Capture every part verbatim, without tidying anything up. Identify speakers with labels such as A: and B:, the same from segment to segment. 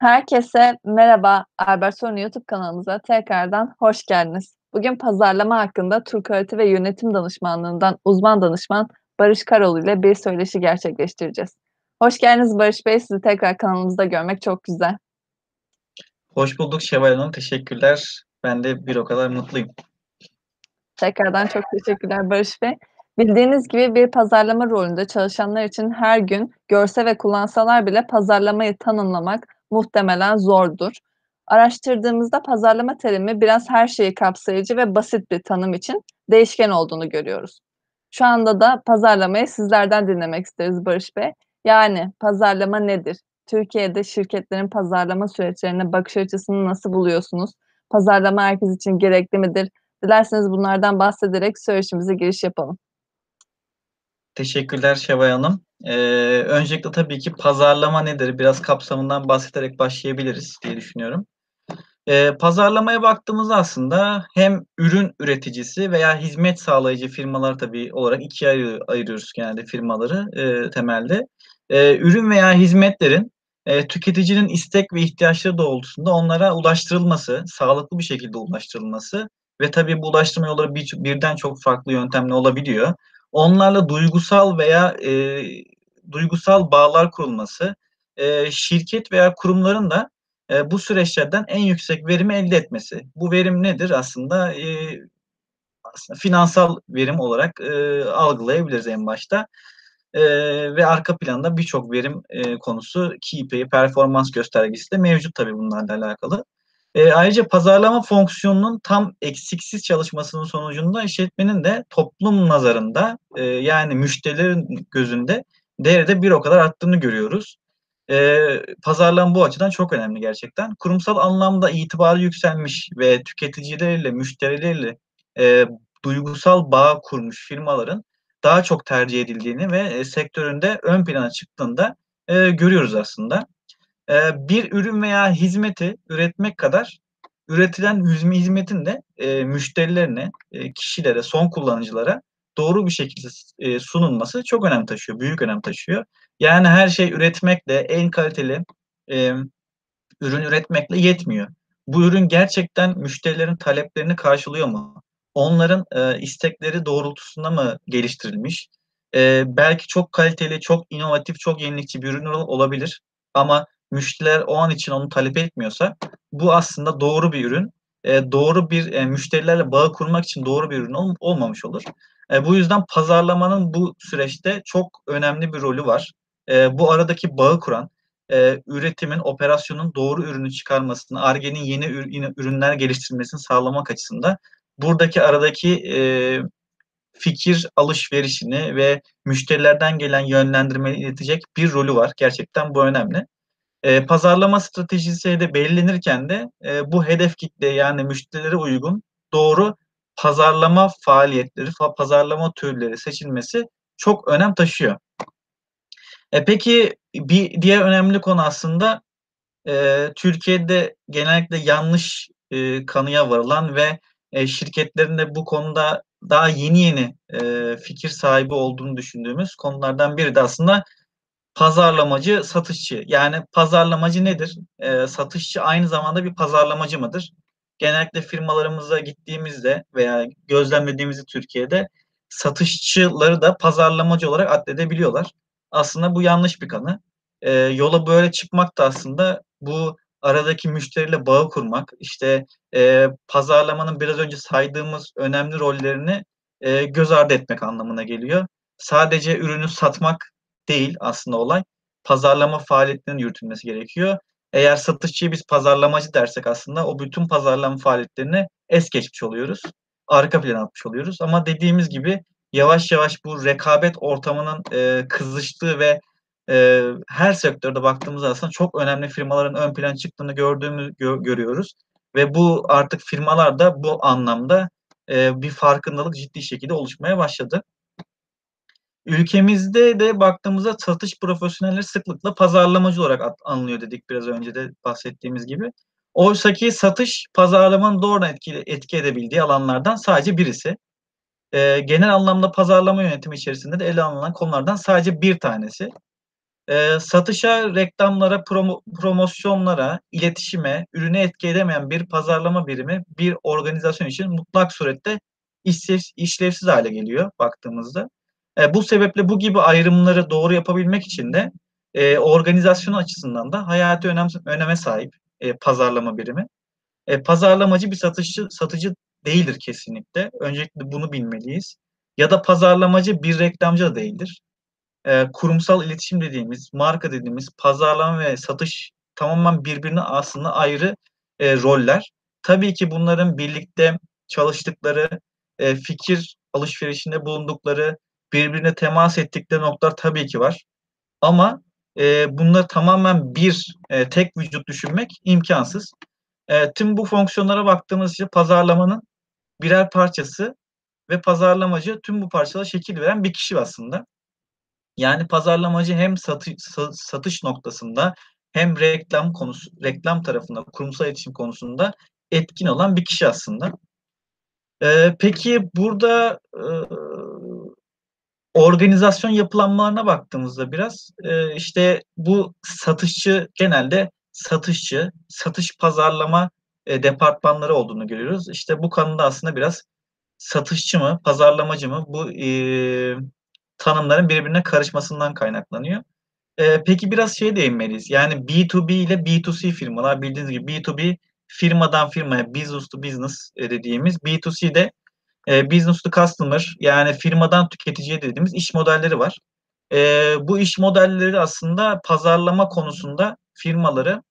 A: Herkese merhaba. Albertson YouTube kanalımıza tekrardan hoş geldiniz. Bugün pazarlama hakkında Turkalite ve Yönetim Danışmanlığından uzman danışman Barış Karoğlu ile bir söyleşi gerçekleştireceğiz. Hoş geldiniz Barış Bey. Sizi tekrar kanalımızda görmek çok güzel.
B: Hoş bulduk Şevval Hanım. Teşekkürler. Ben de bir o kadar mutluyum.
A: Tekrardan çok teşekkürler Barış Bey. Bildiğiniz gibi bir pazarlama rolünde çalışanlar için her gün görse ve kullansalar bile pazarlamayı tanımlamak muhtemelen zordur. Araştırdığımızda pazarlama terimi biraz her şeyi kapsayıcı ve basit bir tanım için değişken olduğunu görüyoruz. Şu anda da pazarlamayı sizlerden dinlemek isteriz Barış Bey. Yani pazarlama nedir? Türkiye'de şirketlerin pazarlama süreçlerine bakış açısını nasıl buluyorsunuz? Pazarlama herkes için gerekli midir? Dilerseniz bunlardan bahsederek söyleşimize giriş yapalım.
B: Teşekkürler Şevval Hanım. Ee, öncelikle tabii ki pazarlama nedir? Biraz kapsamından bahsederek başlayabiliriz diye düşünüyorum. Ee, pazarlamaya baktığımızda aslında hem ürün üreticisi veya hizmet sağlayıcı firmalar tabii olarak ikiye ayır, ayırıyoruz genelde firmaları e, temelde. Ee, ürün veya hizmetlerin e, tüketicinin istek ve ihtiyaçları doğrultusunda onlara ulaştırılması, sağlıklı bir şekilde ulaştırılması ve tabii bu ulaştırma yolları bir, birden çok farklı yöntemle olabiliyor. Onlarla duygusal veya e, duygusal bağlar kurulması, e, şirket veya kurumların da e, bu süreçlerden en yüksek verimi elde etmesi. Bu verim nedir? Aslında e, aslında finansal verim olarak e, algılayabiliriz en başta. E, ve arka planda birçok verim e, konusu K P I, performans göstergesi de mevcut tabii bunlarla alakalı. E, ayrıca pazarlama fonksiyonunun tam eksiksiz çalışmasının sonucunda işletmenin de toplum nazarında e, yani müşterilerin gözünde değeri de bir o kadar arttığını görüyoruz. E, pazarlama bu açıdan çok önemli gerçekten. Kurumsal anlamda itibarı yükselmiş ve tüketicileriyle, müşterileriyle e, duygusal bağ kurmuş firmaların daha çok tercih edildiğini ve e, sektöründe ön plana çıktığında e, görüyoruz aslında. E, bir ürün veya hizmeti üretmek kadar üretilen hizmetin de e, müşterilerine, e, kişilere, son kullanıcılara doğru bir şekilde e, sunulması çok önem taşıyor, büyük önem taşıyor. Yani her şey üretmekle, en kaliteli e, ürün üretmekle yetmiyor. Bu ürün gerçekten müşterilerin taleplerini karşılıyor mu? Onların e, istekleri doğrultusunda mı geliştirilmiş? E, belki çok kaliteli, çok inovatif, çok yenilikçi bir ürün olabilir. Ama müşteriler o an için onu talep etmiyorsa bu aslında doğru bir ürün. E, doğru bir e, müşterilerle bağ kurmak için doğru bir ürün ol, olmamış olur. E, bu yüzden pazarlamanın bu süreçte çok önemli bir rolü var. E, bu aradaki bağı kuran, e, üretimin, operasyonun doğru ürünü çıkarmasını, Ar-Ge'nin yeni ürünler geliştirmesini sağlamak açısından buradaki aradaki e, fikir alışverişini ve müşterilerden gelen yönlendirmeyi iletecek bir rolü var. Gerçekten bu önemli. E, pazarlama stratejisi de belirlenirken de e, bu hedef kitle yani müşterilere uygun doğru pazarlama faaliyetleri, pazarlama türleri seçilmesi çok önem taşıyor. E, peki bir diğer önemli konu aslında e, Türkiye'de genellikle yanlış e, kanıya varılan ve e, şirketlerin de bu konuda daha yeni yeni e, fikir sahibi olduğunu düşündüğümüz konulardan biri de aslında pazarlamacı, satışçı. Yani pazarlamacı nedir? E, satışçı aynı zamanda bir pazarlamacı mıdır? Genellikle firmalarımıza gittiğimizde veya gözlemlediğimizde Türkiye'de satışçıları da pazarlamacı olarak addedebiliyorlar. Aslında bu yanlış bir kanı. E, yola böyle çıkmak da aslında bu aradaki müşteriyle bağı kurmak, işte e, pazarlamanın biraz önce saydığımız önemli rollerini e, göz ardı etmek anlamına geliyor. Sadece ürünü satmak değil aslında olay. Pazarlama faaliyetlerinin yürütülmesi gerekiyor. Eğer satışçıyı biz pazarlamacı dersek aslında o bütün pazarlama faaliyetlerini es geçmiş oluyoruz. Arka plana atmış oluyoruz. Ama dediğimiz gibi yavaş yavaş bu rekabet ortamının e, kızıştığı ve e, her sektörde baktığımızda aslında çok önemli firmaların ön plana çıktığını gördüğümüz gö- görüyoruz. Ve bu artık firmalar da bu anlamda e, bir farkındalık ciddi şekilde oluşmaya başladı. Ülkemizde de baktığımızda satış profesyonelleri sıklıkla pazarlamacı olarak anılıyor dedik biraz önce de bahsettiğimiz gibi. Oysa ki satış pazarlamanın doğrudan etkili, etki edebildiği alanlardan sadece birisi. Ee, genel anlamda pazarlama yönetimi içerisinde de ele alınan konulardan sadece bir tanesi. Eee, satışa, reklamlara, promo promosyonlara, iletişime, ürünü etki edemeyen bir pazarlama birimi bir organizasyon için mutlak surette işsevs işlevsiz hâle geliyor baktığımızda. Eee, bu sebeple bu gibi ayrımları doğru yapabilmek için de, eee, organizasyon açısından da hayati önemse öneme sahip, eee, pazarlama birimi. Eee, pazarlamacı bir satışçı satıcı değildir kesinlikle. Öncelikle bunu bilmeliyiz. Ya da pazarlamacı bir reklamcı da değildir. Eee, kurumsal iletişim dediğimiz, marka dediğimiz, pazarlama ve satış tamamen birbirine aslında ayrı, eee, roller. Tabii ki bunların birlikte çalıştıkları, eee, fikir alışverişinde bulundukları, birbirine temas ettikleri noktalar tabii ki var. Ama, eee, bunları tamamen bir, eee, tek vücut düşünmek imkânsız. Eee, tüm bu fonksiyonlara baktığımız için pazarlamanın birer parçası ve pazarlamacı tüm bu parçalara şekil veren bir kişi aslında. Yani pazarlamacı hem satı sa satış noktasında hem reklam konusu reklam tarafında, kurumsal iletişim konusunda etkin olan bir kişi aslında. Eee, peki burada, ııı, organizasyon yapılanmalarına baktığımızda biraz, eee, işte, bu satışçı genelde satışçı, satış pazarlama, eee, departmanları olduğunu görüyoruz. İşte, bu konuda aslında biraz satışçı mı, pazarlamacı mı bu, eee, tanımların birbirine karışmasından kaynaklanıyor. Eee, peki biraz şeye değinmeliyiz, yani B iki B ile B iki C firmalar bildiğiniz gibi B iki B firmadan firmaya, business to business, eee, dediğimiz, B iki C'de, eee, business to customer yani firmadan tüketiciye dediğimiz iş modelleri var. Eee, bu iş modelleri aslında pazarlama konusunda firmaları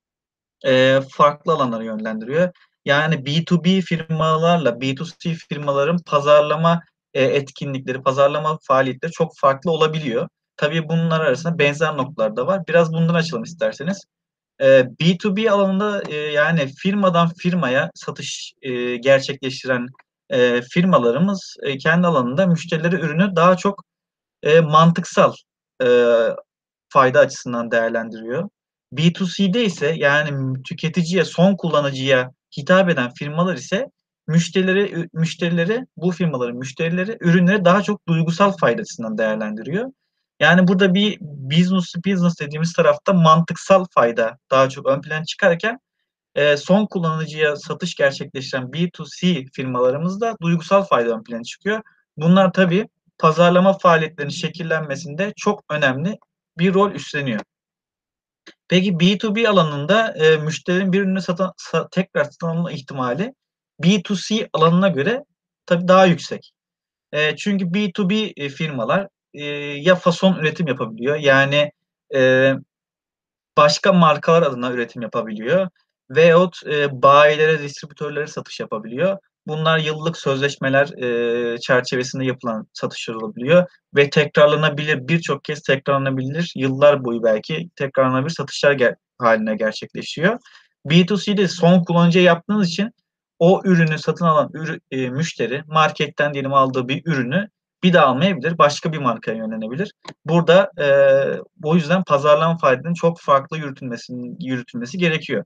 B: eee, farklı alanlara yönlendiriyor. Yani B iki B firmalarla B iki C firmaların pazarlama, eee, etkinlikleri, pazarlama faaliyetleri çok farklı olabiliyor. Tabii bunlar arasında benzer noktalar da var. Biraz bundan açalım isterseniz. Eee, B iki B alanında, eee, yani firmadan firmaya satış, eee, gerçekleştiren, eee, firmalarımız, eee, kendi alanında müşterilere ürünü daha çok, eee, mantıksal, eee, fayda açısından değerlendiriyor. B iki C'de ise yani m tüketiciye, son kullanıcıya hitap eden firmalar ise müşterileri ü müşterileri, bu firmaların müşterileri ürünleri daha çok duygusal fayda açısından değerlendiriyor. Yani burada bir business to business dediğimiz tarafta mantıksal fayda daha çok ön plana çıkarken, eee, son kullanıcıya satış gerçekleştiren B iki C firmalarımızda duygusal fayda ön plana çıkıyor. Bunlar tabii pazarlama faaliyetlerinin şekillenmesinde çok önemli bir rol üstleniyor. Peki B iki B alanında, eee, müşterinin bir ürünü satan sa tekrar satın alma ihtimali B iki C alanına göre tabii daha yüksek. Eee, çünkü B iki B, eee, firmalar, eee, ya fason üretim yapabiliyor yani, eee, başka markalar adına üretim yapabiliyor veyahut, eee, bayilere, distribütörlere satış yapabiliyor. Bunlar yıllık sözleşmeler, eee, çerçevesinde yapılan satışlar olabiliyor ve tekrarlanabilir, birçok kez tekrarlanabilir, yıllar boyu belki tekrarlanabilir satışlar ger hâlinde gerçekleşiyor. B iki C'de son kullanıcıya yaptığınız için o ürünü satın alan ürü eee, müşteri marketten diyelim aldığı bir ürünü bir daha almayabilir, başka bir markaya yönlenebilir. Burada, eee, o yüzden pazarlama faaliyetinin çok farklı yürütülmesin yürütülmesi gerekiyor.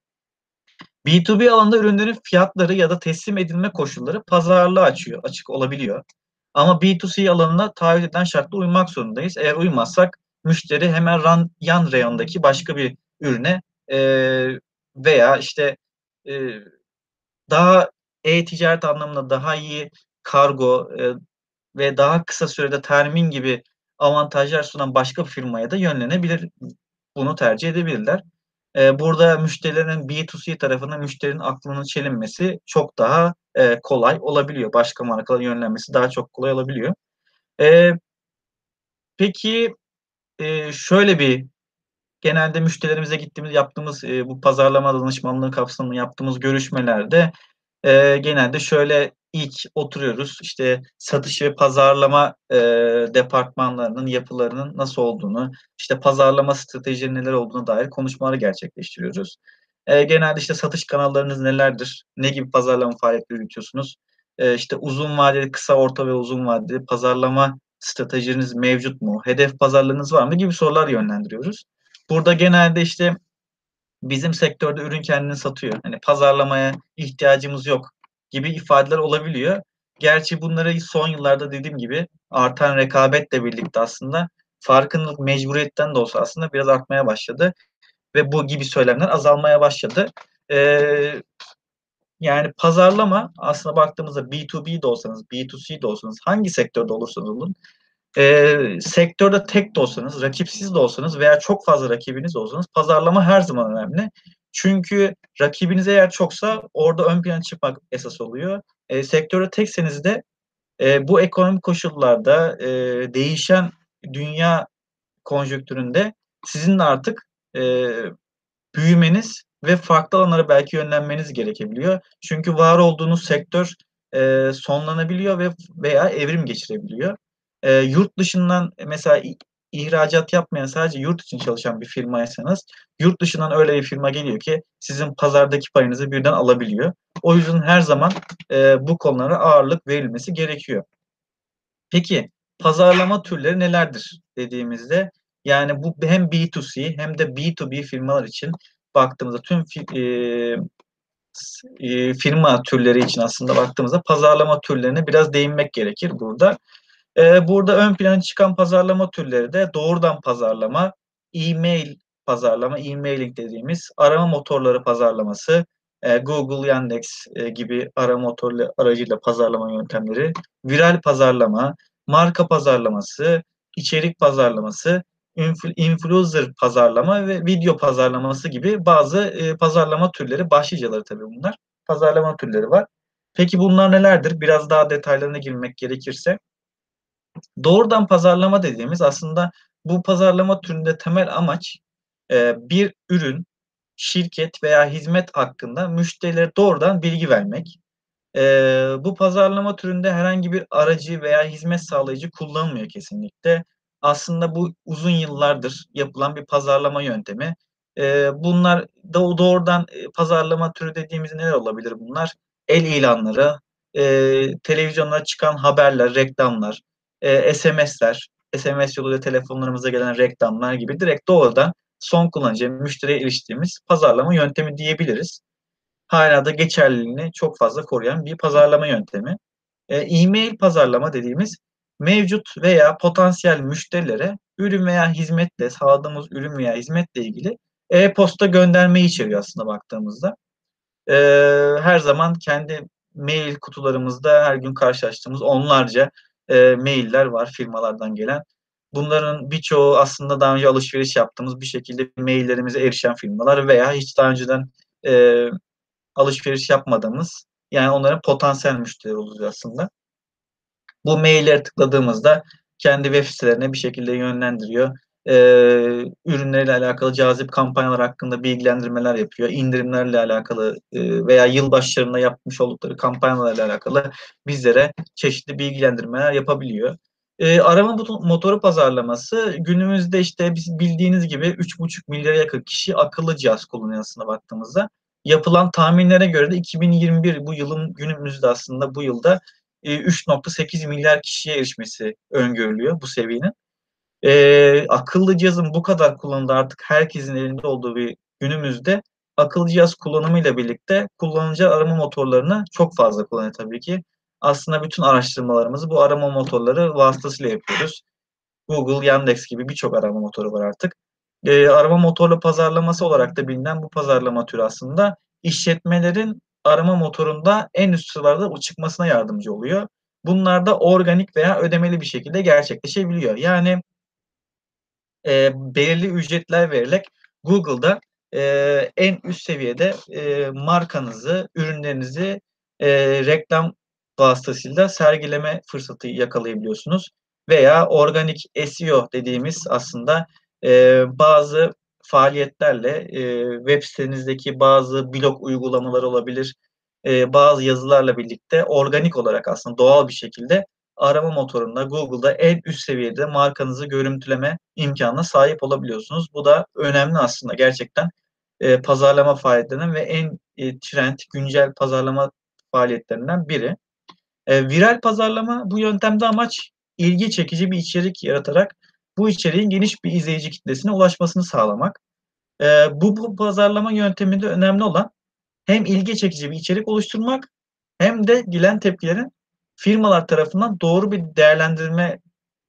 B: B iki B alanında ürünlerin fiyatları ya da teslim edilme koşulları pazarlığa açıyor açık olabiliyor. Ama B iki C alanına taahhüt edilen şartlara uymak zorundayız. Eğer uymazsak müşteri hemen ran yan reyondaki başka bir ürüne, eee, veya, işte, eee, daha e-ticaret anlamında daha iyi kargo, eee, ve daha kısa sürede termin gibi avantajlar sunan başka bir firmaya da yönlenebilir. Bunu tercih edebilirler. Eee, burada müşterilerin B iki C tarafında müşterinin aklının çelinmesi çok daha, eee, kolay olabiliyor. Başka markalara yönlenmesi daha çok kolay olabiliyor. Eee peki, eee, şöyle bir genelde müşterilerimize gittiğimiz, yaptığımız, eee, bu pazarlama danışmanlığı kapsamında yaptığımız görüşmelerde, eee, genelde şöyle ilk oturuyoruz, işte, satış ve pazarlama, eee, departmanlarının yapılarının nasıl olduğunu, işte, pazarlama stratejilerinin neler olduğuna dair konuşmalar gerçekleştiriyoruz. Eee, genelde, işte, satış kanallarınız nelerdir, ne gibi pazarlama faaliyetleri yürütüyorsunuz, eee, işte, uzun vadeli, kısa, orta ve uzun vadeli pazarlama stratejiniz mevcut mu, hedef pazarlarınız var mı gibi sorular yönlendiriyoruz. Burada genelde, işte, bizim sektörde ürün kendini satıyor, hani, pazarlamaya ihtiyacımız yok gibi ifadeler olabiliyor. Gerçi bunları son yıllarda dediğim gibi artan rekabetle birlikte aslında farkındalık mecburiyetten de olsa aslında biraz artmaya başladı ve bu gibi söylemler azalmaya başladı. Eee, yani pazarlama aslında baktığımızda B iki B de olsanız, B iki C de olsanız, hangi sektörde olursanız olun, eee, sektörde tek de olsanız, rakipsiz de olsanız veya çok fazla rakibiniz de olsanız pazarlama her zaman önemli. Çünkü rakibiniz eğer çoksa orada ön plana çıkmak esas oluyor. Eee, sektörde tekseniz de, eee, bu ekonomik koşullarda, eee, değişen dünya konjonktüründe sizin de artık, eee, büyümeniz ve farklı alanlara belki yönlenmeniz gerekebiliyor. Çünkü var olduğunuz sektör, eee, sonlanabiliyor ve veya evrim geçirebiliyor. Eee, yurt dışından mesela i ihracat yapmayan, sadece yurt için çalışan bir firmaysanız, yurt dışından öyle bir firma geliyor ki sizin pazardaki payınızı birden alabiliyor. O yüzden her zaman, eee, bu konulara ağırlık verilmesi gerekiyor. Peki, pazarlama türleri nelerdir dediğimizde, yani bu hem B iki C hem de B iki B firmalar için baktığımızda tüm fi eee, s eee, firma türleri için aslında baktığımızda pazarlama türlerine biraz değinmek gerekir burada. Eee, burada ön plana çıkan pazarlama türleri de doğrudan pazarlama, e-mail pazarlama, e-mailing dediğimiz arama motorları pazarlaması, eee, Google, Yandex, eee, gibi arama motorları aracıyla pazarlama yöntemleri, viral pazarlama, marka pazarlaması, içerik pazarlaması, influ influencer pazarlama ve video pazarlaması gibi bazı, eee, pazarlama türleri, başlıcaları tabii bunlar, pazarlama türleri var. Peki bunlar nelerdir? Biraz daha detaylarına girmek gerekirse, doğrudan pazarlama dediğimiz aslında bu pazarlama türünde temel amaç, eee, bir ürün, şirket veya hizmet hakkında müşterilere doğrudan bilgi vermek. Eee, bu pazarlama türünde herhangi bir aracı veya hizmet sağlayıcı kullanılmıyor kesinlikle. Aslında bu uzun yıllardır yapılan bir pazarlama yöntemi. Eee, bunlar do doğrudan, eee, pazarlama türü dediğimiz neler olabilir bunlar? El ilanları, eee, televizyonlara çıkan haberler, reklamlar, eee, S M S'ler, S M S yoluyla telefonlarımıza gelen reklamlar gibi direkt doğrudan son kullanıcıya, müşteriye eriştiğimiz pazarlama yöntemi diyebiliriz. Hâlâ da geçerliliğini çok fazla koruyan bir pazarlama yöntemi. Eee, e-mail pazarlama dediğimiz mevcut veya potansiyel müşterilere ürün veya hizmetle, sağladığımız ürün veya hizmetle ilgili e-posta göndermeyi içeriyor aslında baktığımızda. Eee, her zaman kendi mail kutularımızda her gün karşılaştığımız onlarca, eee, mailler var firmalardan gelen. Bunların birçoğu aslında daha önce alışveriş yaptığımız, bir şekilde maillerimize erişen firmalar veya hiç daha önceden, eee, alışveriş yapmadığımız, yani onların potansiyel müşterileri oluyoruz aslında. Bu mail'lere tıkladığımızda kendi web sitelerine bir şekilde yönlendiriyor. Eee, ürünleriyle alakalı cazip kampanyalar hakkında bilgilendirmeler yapıyor. İndirimlerle alakalı, eee, veya yılbaşlarında yapmış oldukları kampanyalarla alakalı bizlere çeşitli bilgilendirmeler yapabiliyor. Eee, arama moto motoru pazarlaması günümüzde, işte, biz bildiğiniz gibi üç buçuk milyara yakın kişi akıllı cihaz kullanıyor aslında baktığımızda. Yapılan tahminlere göre de iki bin yirmi bir bu yılın günümüzde aslında bu yılda, eee, üç nokta sekiz milyar kişiye erişmesi öngörülüyor bu seviyenin. Eee, akıllı cihazın bu kadar kullanıldığı, artık herkesin elinde olduğu bir günümüzde akıllı cihaz kullanımıyla birlikte kullanıcı arama motorlarını çok fazla kullanıyor tabii ki. Aslında bütün araştırmalarımızı bu arama motorları vasıtasıyla yapıyoruz. Google, Yandex gibi birçok arama motoru var artık. Eee, arama motorlu pazarlaması olarak da bilinen bu pazarlama türü aslında işletmelerin arama motorunda en üst sıralarda o çıkmasına yardımcı oluyor. Bunlar da organik veya ödemeli bir şekilde gerçekleşebiliyor. Yani eee, belirli ücretler verilerek Google'da, eee, en üst seviyede, eee, markanızı, ürünlerinizi, eee, reklam vasıtasıyla sergileme fırsatı yakalayabiliyorsunuz veya organik S E O dediğimiz aslında, eee, bazı faaliyetlerle, eee, web sitenizdeki bazı blog uygulamaları olabilir, eee, bazı yazılarla birlikte organik olarak aslında doğal bir şekilde arama motorunda, Google'da en üst seviyede markanızı görüntüleme imkânına sahip olabiliyorsunuz. Bu da önemli aslında gerçekten, eee, pazarlama faaliyetlerinin ve en, eee, trend, güncel pazarlama faaliyetlerinden biri. Eee, viral pazarlama, bu yöntemde amaç ilgi çekici bir içerik yaratarak bu içeriğin geniş bir izleyici kitlesine ulaşmasını sağlamak. Eee, bu bu pazarlama yönteminde önemli olan hem ilgi çekici bir içerik oluşturmak hem de gelen tepkilerin firmalar tarafından doğru bir değerlendirme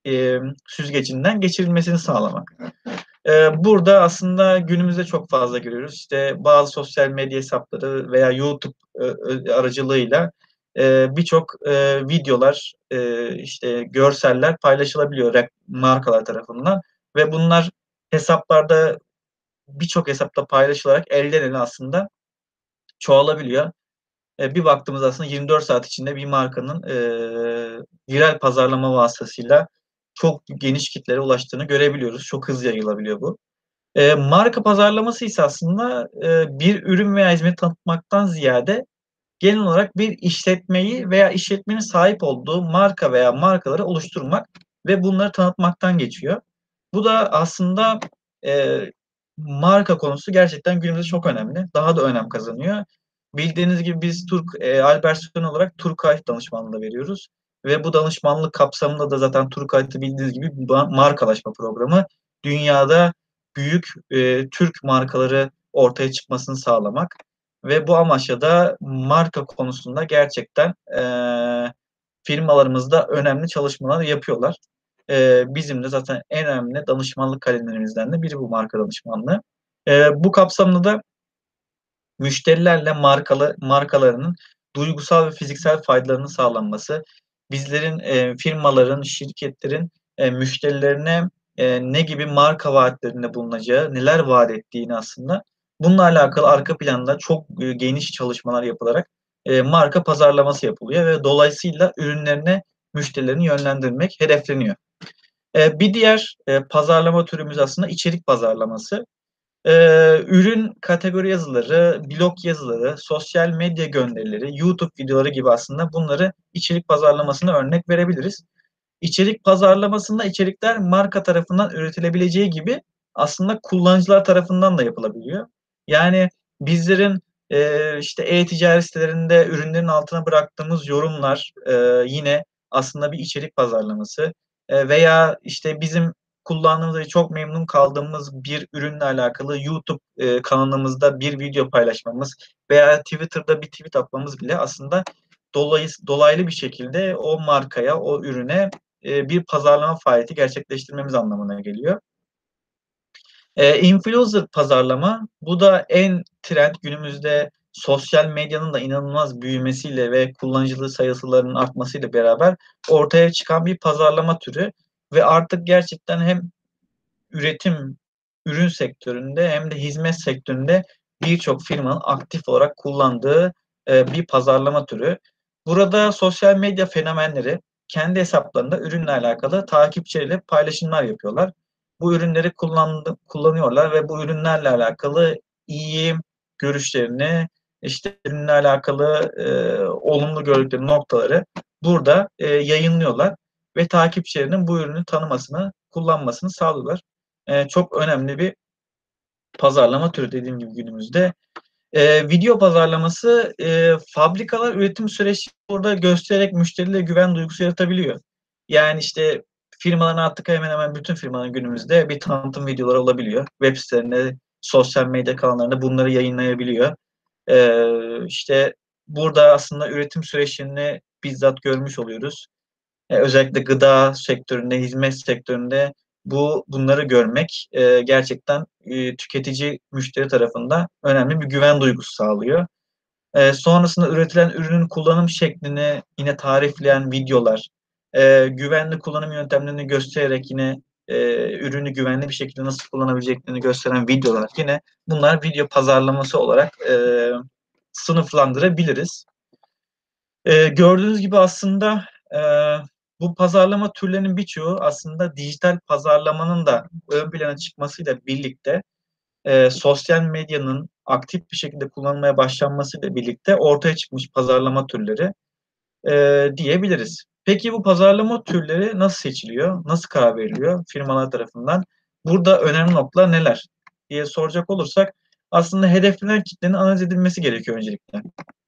B: emm, süzgecinden geçirilmesini sağlamak. Eee, burada aslında günümüzde çok fazla görüyoruz. İşte, bazı sosyal medya hesapları veya YouTube, ııı, ııı, aracılığıyla, eee, birçok, eee, videolar, eee, işte, görseller paylaşılabiliyor rek markalar tarafından ve bunlar hesaplarda birçok hesapta paylaşılarak elden ele aslında çoğalabiliyor. Eee, bir baktığımızda aslında yirmi dört saat içinde bir markanın, eee, viral pazarlama vasıtasıyla çok geniş kitlere ulaştığını görebiliyoruz. Çok hızlı yayılabiliyor bu. Eee, marka pazarlaması ise aslında, eee, bir ürün veya hizmet tanıtmaktan ziyade genel olarak bir işletmeyi veya işletmenin sahip olduğu marka veya markaları oluşturmak ve bunları tanıtmaktan geçiyor. Bu da aslında, eee, marka konusu gerçekten günümüzde çok önemli. Daha da önem kazanıyor. Bildiğiniz gibi biz Turk eee, Albertson olarak Turkite danışmanlığı veriyoruz ve bu danışmanlık kapsamında da zaten Turkite'ı bildiğiniz gibi ba markalaşma programı. Dünyada büyük, eee, Türk markaları ortaya çıkmasını sağlamak ve bu amaçla da marka konusunda gerçekten, eee, firmalarımız da önemli çalışmalar yapıyorlar. Eee, bizim de zaten en önemli danışmanlık kalemlerimizden de biri bu marka danışmanlığı. Eee, bu kapsamda da müşterilerle markalı markalarının duygusal ve fiziksel faydalarının sağlanması, bizlerin, eee, firmaların, şirketlerin, eee, müşterilerine, eee, ne gibi marka vaatlerinde bulunacağı, neler vaat ettiğini aslında bununla alakalı arka planda çok, eee, geniş çalışmalar yapılarak, eee, marka pazarlaması yapılıyor ve dolayısıyla ürünlerine müşterilerini yönlendirmek hedefleniyor. Eee, bir diğer, eee, pazarlama türümüz aslında içerik pazarlaması. Eee, ürün kategori yazıları, blog yazıları, sosyal medya gönderileri, YouTube videoları gibi aslında bunları içerik pazarlamasına örnek verebiliriz. İçerik pazarlamasında içerikler marka tarafından üretilebileceği gibi aslında kullanıcılar tarafından da yapılabiliyor. Yani bizlerin, eee, işte, e-ticaret sitelerinde ürünlerin altına bıraktığımız yorumlar, eee, yine aslında bir içerik pazarlaması, eee, veya, işte, bizim kullandığımız ve çok memnun kaldığımız bir ürünle alakalı YouTube, eee, kanalımızda bir video paylaşmamız veya Twitter'da bir tweet atmamız bile aslında dolayıs dolaylı bir şekilde o markaya, o ürüne, eee, bir pazarlama faaliyeti gerçekleştirmemiz anlamına geliyor. Eee, influencer pazarlama, bu da en trend günümüzde sosyal medyanın da inanılmaz büyümesiyle ve kullanıcılı sayısılarının artmasıyla beraber ortaya çıkan bir pazarlama türü ve artık gerçekten hem üretim, ürün sektöründe hem de hizmet sektöründe birçok firmanın aktif olarak kullandığı, eee, bir pazarlama türü. Burada sosyal medya fenomenleri kendi hesaplarında ürünle alakalı takipçileriyle paylaşımlar yapıyorlar. Bu ürünleri kullandı kullanıyorlar ve bu ürünlerle alakalı iyi görüşlerini, işte, ürünle alakalı, eee, olumlu gördükleri noktaları burada, eee, yayınlıyorlar ve takipçilerinin bu ürünü tanımasını, kullanmasını sağlıyorlar. Eee, çok önemli bir pazarlama türü dediğim gibi günümüzde. Eee, video pazarlaması, eee, fabrikalar üretim süreçlerini burada göstererek müşterilere güven duygusu yaratabiliyor. Yani, işte, firmaların artık hemen hemen bütün firmaların günümüzde bir tanıtım videoları olabiliyor. Web sitelerinde, sosyal medya kanallarında bunları yayınlayabiliyor. Eee, işte, burada aslında üretim süreçlerini bizzat görmüş oluyoruz. Eee, özellikle gıda sektöründe, hizmet sektöründe bu bunları görmek, eee, gerçekten, eee, tüketici, müşteri tarafında önemli bir güven duygusu sağlıyor. Eee, sonrasında üretilen ürünün kullanım şeklini yine tarifleyen videolar, eee, güvenli kullanım yöntemlerini göstererek yine, eee, ürünü güvenli bir şekilde nasıl kullanabileceklerini gösteren videolar, yine bunlar video pazarlaması olarak, eee, sınıflandırabiliriz. Eee, gördüğünüz gibi aslında, eee, bu pazarlama türlerinin birçoğu aslında dijital pazarlamanın da ön plana çıkmasıyla birlikte, eee, sosyal medyanın aktif bir şekilde kullanılmaya başlanmasıyla birlikte ortaya çıkmış pazarlama türleri, eee, diyebiliriz. Peki bu pazarlama türleri nasıl seçiliyor? Nasıl karar veriliyor firmalar tarafından? Burada önemli noktalar neler diye soracak olursak aslında hedeflenen kitlenin analiz edilmesi gerekiyor öncelikle.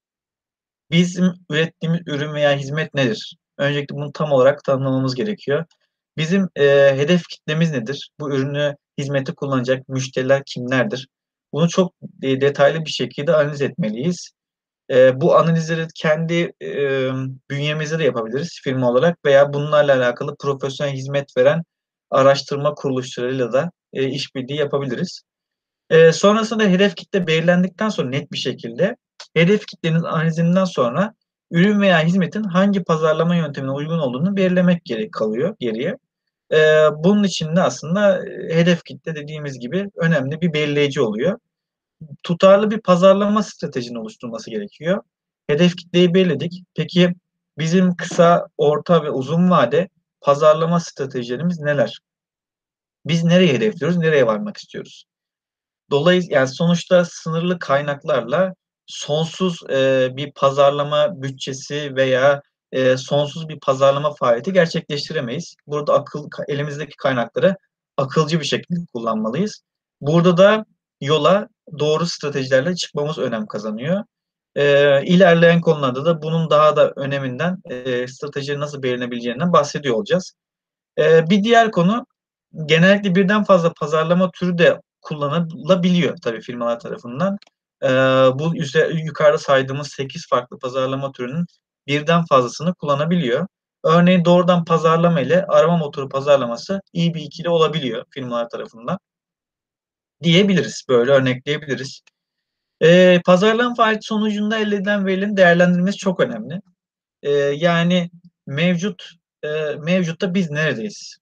B: Bizim ürettiğimiz ürün veya hizmet nedir? Öncelikle bunu tam olarak tanımlamamız gerekiyor. Bizim, eee, hedef kitlemiz nedir? Bu ürünü, hizmeti kullanacak müşteriler kimlerdir? Bunu çok, eee, detaylı bir şekilde analiz etmeliyiz. Eee, bu analizleri kendi, emm, bünyemizde de yapabiliriz firma olarak veya bunlarla alakalı profesyonel hizmet veren araştırma kuruluşlarıyla da, eee, işbirliği yapabiliriz. Eee, sonrasında hedef kitle belirlendikten sonra net bir şekilde, hedef kitlenin analizinden sonra ürün veya hizmetin hangi pazarlama yöntemine uygun olduğunu belirlemek gerek kalıyor geriye. Eee, bunun için de aslında, eee, hedef kitle dediğimiz gibi önemli bir belirleyici oluyor. Tutarlı bir pazarlama stratejinin oluşturulması gerekiyor. Hedef kitleyi belirledik. Peki bizim kısa, orta ve uzun vade pazarlama stratejilerimiz neler? Biz nereyi hedefliyoruz, nereye varmak istiyoruz? Dolayıs yani sonuçta sınırlı kaynaklarla sonsuz, eee, bir pazarlama bütçesi veya, eee, sonsuz bir pazarlama faaliyeti gerçekleştiremeyiz. Burada akıl ka elimizdeki kaynakları akılcı bir şekilde kullanmalıyız. Burada da yola doğru stratejilerle çıkmamız önem kazanıyor. Eee, ilerleyen konularda da bunun daha da öneminden, eee, stratejilerin nasıl belirlenebileceğinden bahsediyor olacağız. Eee, bir diğer konu, genellikle birden fazla pazarlama türü de kullanılabiliyor tabii firmalar tarafından. Eee, bu üze yukarıda saydığımız sekiz farklı pazarlama türünün birden fazlasını kullanabiliyor. Örneğin doğrudan pazarlama ile arama motoru pazarlaması iyi bir ikili olabiliyor firmalar tarafından diyebiliriz. Böyle örnekleyebiliriz. Eee, pazarlama faaliyeti sonucunda elde edilen verilerin değerlendirilmesi çok önemli. Eee, yani mevcut, eee, mevcutta biz neredeyiz?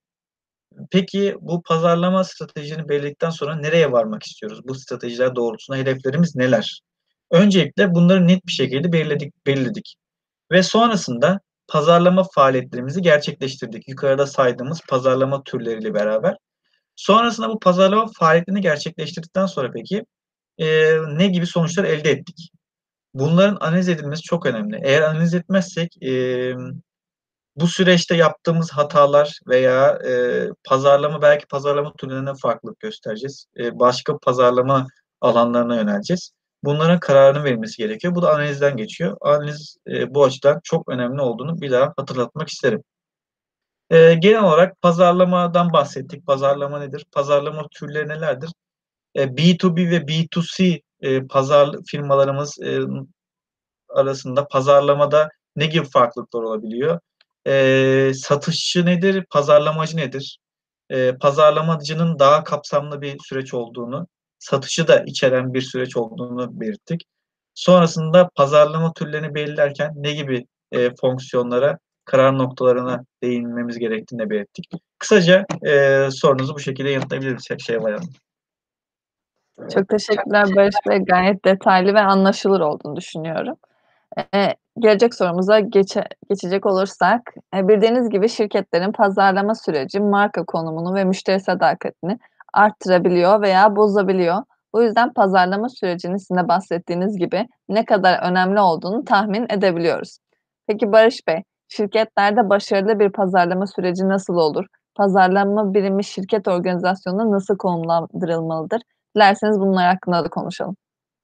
B: Peki bu pazarlama stratejini belirledikten sonra nereye varmak istiyoruz? Bu stratejiler doğrultusunda hedeflerimiz neler? Öncelikle bunları net bir şekilde belirledik belirledik ve sonrasında pazarlama faaliyetlerimizi gerçekleştirdik. Yukarıda saydığımız pazarlama türleriyle beraber. Sonrasında bu pazarlama faaliyetlerini gerçekleştirdikten sonra peki, eee, ne gibi sonuçlar elde ettik? Bunların analiz edilmesi çok önemli. Eğer analiz etmezsek, emm, bu süreçte yaptığımız hatalar veya, eee, pazarlama belki pazarlama türlerinde farklılık göstereceğiz. Eee, başka pazarlama alanlarına yöneleceğiz. Bunların kararının verilmesi gerekiyor. Bu da analizden geçiyor. Analiz, eee, bu açıdan çok önemli olduğunu bir daha hatırlatmak isterim. Eee, genel olarak pazarlamadan bahsettik. Pazarlama nedir? Pazarlama türleri nelerdir? Eee, B iki B ve B iki C, eee, pazar firmalarımız, eee, arasında pazarlamada ne gibi farklılıklar olabiliyor? Eee, satışçı nedir, pazarlamacı nedir? Eee, pazarlamacının daha kapsamlı bir süreç olduğunu, satışı da içeren bir süreç olduğunu belirttik. Sonrasında pazarlama türlerini belirlerken ne gibi, eee, fonksiyonlara, karar noktalarına değinmemiz gerektiğini de belirttik. Kısaca, eee, sorunuzu bu şekilde yanıtlayabilirim Şe Şevval Hanım.
A: Çok teşekkürler Barış Bey. Gayet detaylı ve anlaşılır olduğunu düşünüyorum. Eee, gelecek sorumuza geçe geçecek olursak, eee, bildiğiniz gibi şirketlerin pazarlama süreci marka konumunu ve müşteri sadakatini arttırabiliyor veya bozabiliyor. Bu yüzden pazarlama sürecinin sizin de bahsettiğiniz gibi ne kadar önemli olduğunu tahmin edebiliyoruz. Peki Barış Bey, şirketlerde başarılı bir pazarlama süreci nasıl olur? Pazarlama birimi şirket organizasyonuna nasıl konumlandırılmalıdır? Dilerseniz bunlar hakkında da konuşalım.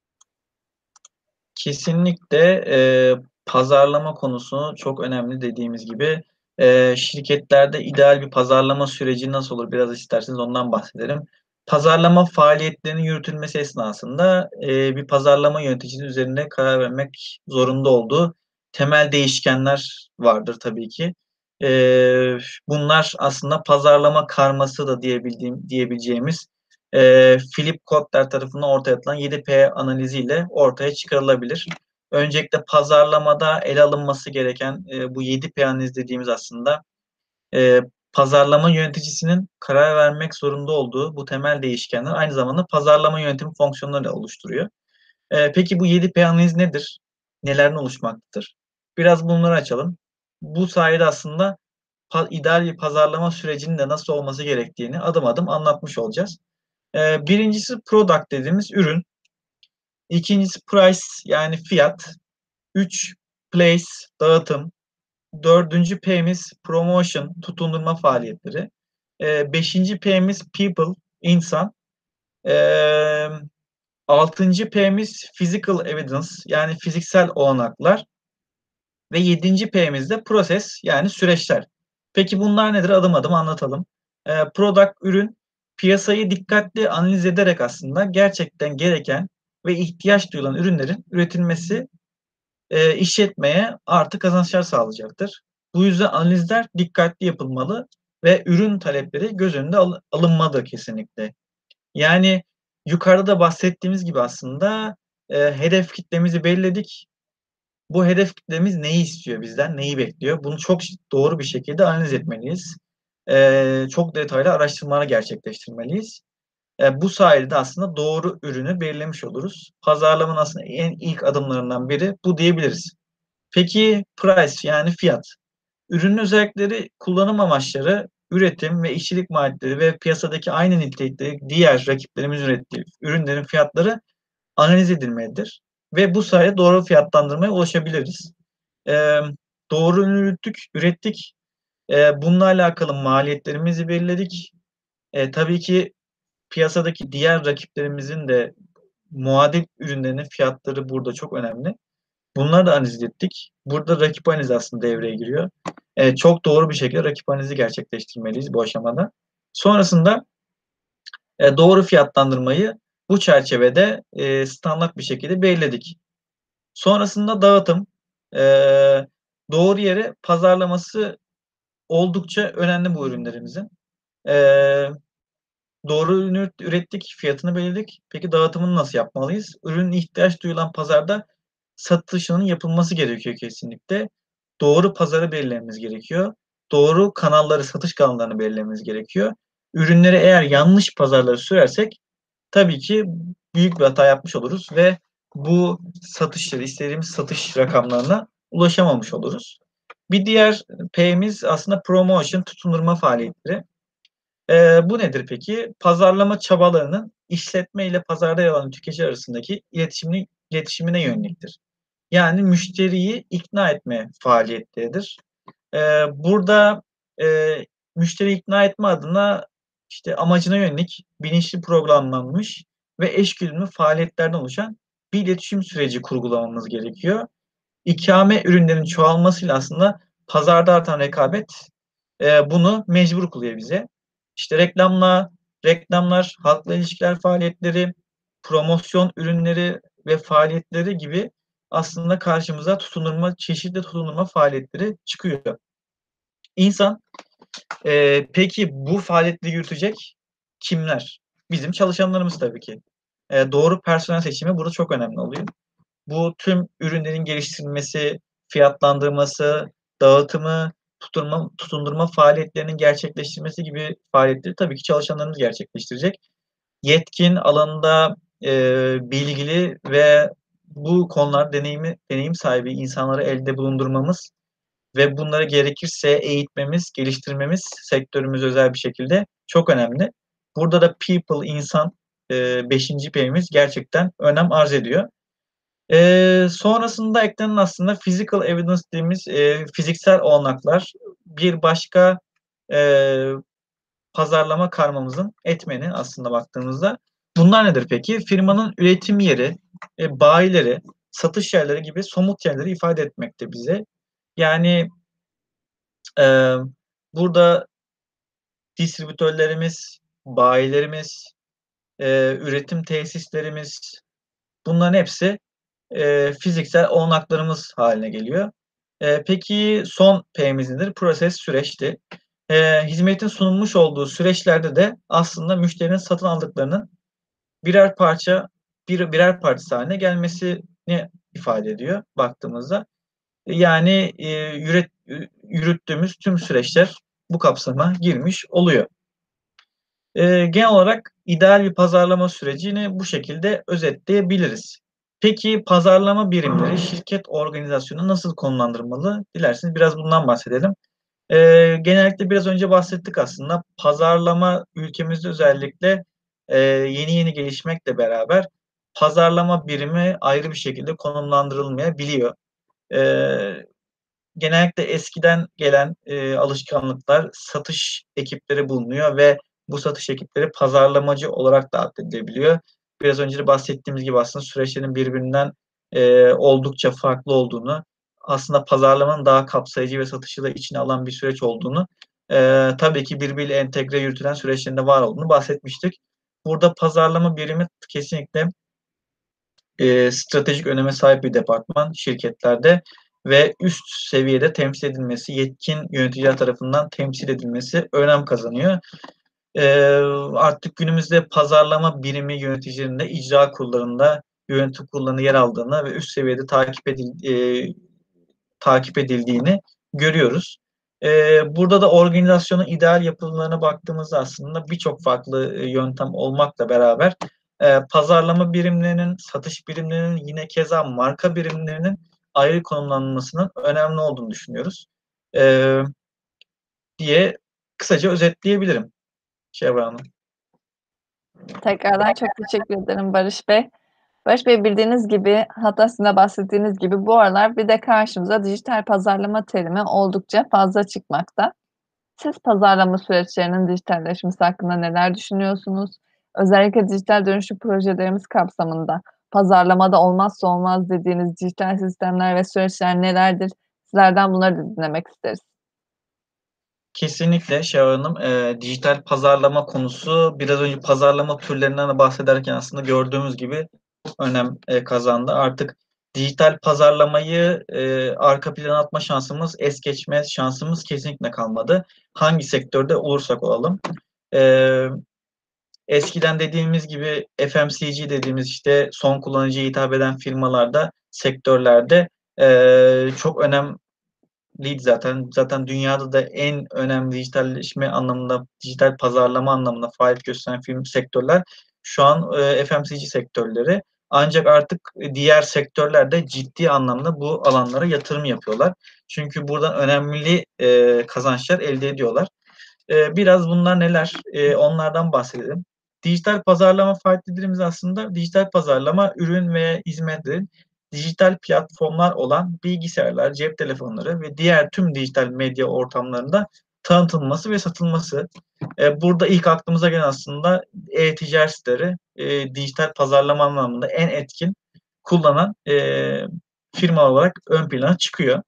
B: Kesinlikle, eee, pazarlama konusu çok önemli dediğimiz gibi. Eee, şirketlerde ideal bir pazarlama süreci nasıl olur? Biraz isterseniz ondan bahsedelim. Pazarlama faaliyetlerinin yürütülmesi esnasında, eee, bir pazarlama yöneticisinin üzerinde karar vermek zorunda olduğu temel değişkenler vardır tabii ki. Eee, bunlar aslında pazarlama karması da diyebildiğim diyebileceğimiz, eee, Philip Kotler tarafından ortaya atılan yedi P analiziyle ortaya çıkarılabilir. Öncelikle pazarlamada ele alınması gereken, eee, bu yedi P analizi dediğimiz aslında, eee, pazarlama yöneticisinin karar vermek zorunda olduğu bu temel değişkenler aynı zamanda pazarlama yönetimi fonksiyonlarını da oluşturuyor. Eee, peki bu yedi P analizi nedir? Nelerden oluşmaktadır? Biraz bunları açalım. Bu sayede aslında pa ideal bir pazarlama sürecinin de nasıl olması gerektiğini adım adım anlatmış olacağız. Eee, birincisi product dediğimiz ürün. ikincisi price yani fiyat. üç place dağıtım. dördüncü P'miz promotion tutundurma faaliyetleri. Eee, beşinci P'miz people insan. Emm, altıncı P'miz physical evidence yani fiziksel olanaklar ve yedinci P'miz de process yani süreçler. Peki bunlar nedir? Adım adım anlatalım. Eee, product ürün, piyasayı dikkatli analiz ederek aslında gerçekten gereken ve ihtiyaç duyulan ürünlerin üretilmesi eee, işletmeye artı kazançlar sağlayacaktır. Bu yüzden analizler dikkatli yapılmalı ve ürün talepleri göz önünde alı alınmalıdır kesinlikle. Yani yukarıda da bahsettiğimiz gibi aslında, eee, hedef kitlemizi belirledik. Bu hedef kitlemiz neyi istiyor bizden, neyi bekliyor? Bunu çok ş doğru bir şekilde analiz etmeliyiz. Eee, çok detaylı araştırmalar gerçekleştirmeliyiz. Eee, bu sayede de aslında doğru ürünü belirlemiş oluruz. Pazarlamanın aslında en ilk adımlarından biri bu diyebiliriz. Peki price yani fiyat. Ürünün özellikleri, kullanım amaçları, üretim ve işçilik maliyetleri ve piyasadaki aynı nitelikte diğer rakiplerimizin ürettiği ürünlerin fiyatları analiz edilmelidir ve bu sayede doğru fiyatlandırmaya ulaşabiliriz. Emm, doğru ürünü ürettik ürettik. Eee, bununla alakalı maliyetlerimizi belirledik. Eee, tabii ki piyasadaki diğer rakiplerimizin de muadil ürünlerinin fiyatları burada çok önemli. Bunları da analiz ettik. Burada rakip analizi aslında devreye giriyor. Eee, çok doğru bir şekilde rakip analizi gerçekleştirmeliyiz bu aşamada. Sonrasında eee, doğru fiyatlandırmayı bu çerçevede, eee, standart bir şekilde belirledik. Sonrasında dağıtım. Eee, doğru yere pazarlaması oldukça önemli bu ürünlerimizin. Eee, doğru ürünü ürettik, fiyatını belirledik. Peki dağıtımını nasıl yapmalıyız? Ürünün ihtiyaç duyulan pazarda satışının yapılması gerekiyor kesinlikle. Doğru pazarı belirlememiz gerekiyor. Doğru kanalları, satış kanallarını belirlememiz gerekiyor. Ürünleri eğer yanlış pazarlara sürersek tabii ki büyük bir hata yapmış oluruz ve bu satışları, istediğimiz satış rakamlarına ulaşamamış oluruz. Bir diğer P'miz aslında promotion, tutundurma faaliyetleri. Eee, bu nedir peki? Pazarlama çabalarının işletme ile pazarda yer alan tüketici arasındaki iletişimini iletişimine yöneliktir. Yani müşteriyi ikna etme faaliyetleridir. Eee, burada, eee, müşteriyi ikna etme adına, işte, amacına yönelik bilinçli programlanmış ve eşgüdümlü faaliyetlerden oluşan bir iletişim süreci kurgulamamız gerekiyor. İkame ürünlerin çoğalmasıyla aslında pazarda artan rekabet, eee, bunu mecbur kılıyor bize. İşte, reklamla reklamlar, halkla ilişkiler faaliyetleri, promosyon ürünleri ve faaliyetleri gibi aslında karşımıza tutundurma çeşitli tutundurma faaliyetleri çıkıyor. İnsan, eee, peki bu faaliyetleri yürütecek kimler? Bizim çalışanlarımız tabii ki. Eee, doğru personel seçimi burada çok önemli oluyor. Bu tüm ürünlerin geliştirilmesi, fiyatlandırması, dağıtımı, tutunma tutundurma faaliyetlerinin gerçekleştirilmesi gibi faaliyetleri tabii ki çalışanlarımız gerçekleştirecek. Yetkin, alanında, eee, bilgili ve bu konularda deneyimi deneyim sahibi insanları elde bulundurmamız ve bunları gerekirse eğitmemiz, geliştirmemiz sektörümüze özel bir şekilde çok önemli. Burada da people, insan, eee, beşinci P'miz gerçekten önem arz ediyor. Eee, sonrasında eklenen aslında physical evidence dediğimiz, eee, fiziksel olanaklar bir başka, eee, pazarlama karmamızın etmeni aslında baktığımızda. Bunlar nedir peki? Firmanın üretim yeri, eee, bayileri, satış yerleri gibi somut yerleri ifade etmekte bize. Yani, emm, burada distribütörlerimiz, bayilerimiz, eee, üretim tesislerimiz, bunların hepsi, eee, fiziksel olanaklarımız hâline geliyor. Eee, peki son P'miz nedir? Proses, süreçti. Eee, hizmetin sunulmuş olduğu süreçlerde de aslında müşterinin satın aldıklarının birer parça, bir birer parçası hâline gelmesini ifade ediyor baktığımızda. Yani, eee, yüret ü yürüttüğümüz tüm süreçler bu kapsama girmiş oluyor. Eee, genel olarak ideal bir pazarlama sürecini bu şekilde özetleyebiliriz. Peki pazarlama birimleri şirket organizasyonunu nasıl konumlandırmalı? Dilerseniz biraz bundan bahsedelim. Eee, genellikle biraz önce bahsettik aslında. Pazarlama ülkemizde özellikle, eee, yeni yeni gelişmekle beraber pazarlama birimi ayrı bir şekilde konumlandırılmayabiliyor. Eee, genellikle eskiden gelen, eee, alışkanlıklar, satış ekipleri bulunuyor ve bu satış ekipleri pazarlamacı olarak da addedilebiliyor. Biraz önce de bahsettiğimiz gibi aslında süreçlerin birbirinden, eee, oldukça farklı olduğunu, aslında pazarlamanın daha kapsayıcı ve satışı da içine alan bir süreç olduğunu, eee, tabii ki birbiriyle entegre yürütülen süreçlerin de var olduğunu bahsetmiştik. Burada pazarlama birimi kesinlikle eee, stratejik öneme sahip bir departman şirketlerde ve üst seviyede temsil edilmesi, yetkin yöneticiler tarafından temsil edilmesi önem kazanıyor. Eee, artık günümüzde pazarlama birimi yöneticilerinde, icra kurullarında, yönetim kurullarında yer aldığını ve üst seviyede takip edil eee, takip edildiğini görüyoruz. Eee, burada da organizasyonun ideal yapılarına baktığımızda aslında birçok farklı, eee, yöntem olmakla beraber, eee, pazarlama birimlerinin, satış birimlerinin, yine keza marka birimlerinin ayrı konumlanmasının önemli olduğunu düşünüyoruz, eee, diye kısaca özetleyebilirim Şevval Hanım.
A: Tekrardan çok teşekkür ederim Barış Bey. Barış Bey, bildiğiniz gibi, hatta sizin de bahsettiğiniz gibi bu aralar bir de karşımıza dijital pazarlama terimi oldukça fazla çıkmakta. Siz pazarlama süreçlerinin dijitalleşmesi hakkında neler düşünüyorsunuz? Özellikle dijital dönüşüm projelerimiz kapsamında pazarlamada olmazsa olmaz dediğiniz dijital sistemler ve süreçler nelerdir? Sizlerden bunları da dinlemek isteriz.
B: Kesinlikle Şevval Hanım. Eee, dijital pazarlama konusu biraz önce pazarlama türlerinden de bahsederken aslında gördüğümüz gibi önem, eee, kazandı. Artık dijital pazarlamayı, eee, arka plana atma şansımız, es geçme şansımız kesinlikle kalmadı. Hangi sektörde olursak olalım. Eee, eskiden dediğimiz gibi F M C G dediğimiz, işte, son kullanıcıya hitap eden firmalarda, sektörlerde, eee, çok önemliydi zaten. Zaten dünyada da en önemli dijitalleşme anlamında, dijital pazarlama anlamında faaliyet gösteren firm sektörler şu an, eee, F M C G sektörleri. Ancak artık, eee, diğer sektörler de ciddi anlamda bu alanlara yatırım yapıyorlar. Çünkü buradan önemli, eee, kazançlar elde ediyorlar. Eee, biraz bunlar neler? Eee, onlardan bahsedelim. Dijital pazarlama faaliyetlerimiz aslında dijital pazarlama, ürün ve hizmetlerin dijital platformlar olan bilgisayarlar, cep telefonları ve diğer tüm dijital medya ortamlarında tanıtılması ve satılması. Eee, burada ilk aklımıza gelen aslında e-ticaret siteleri, eee, dijital pazarlama anlamında en etkin kullanan, eee, firma olarak ön plana çıkıyor.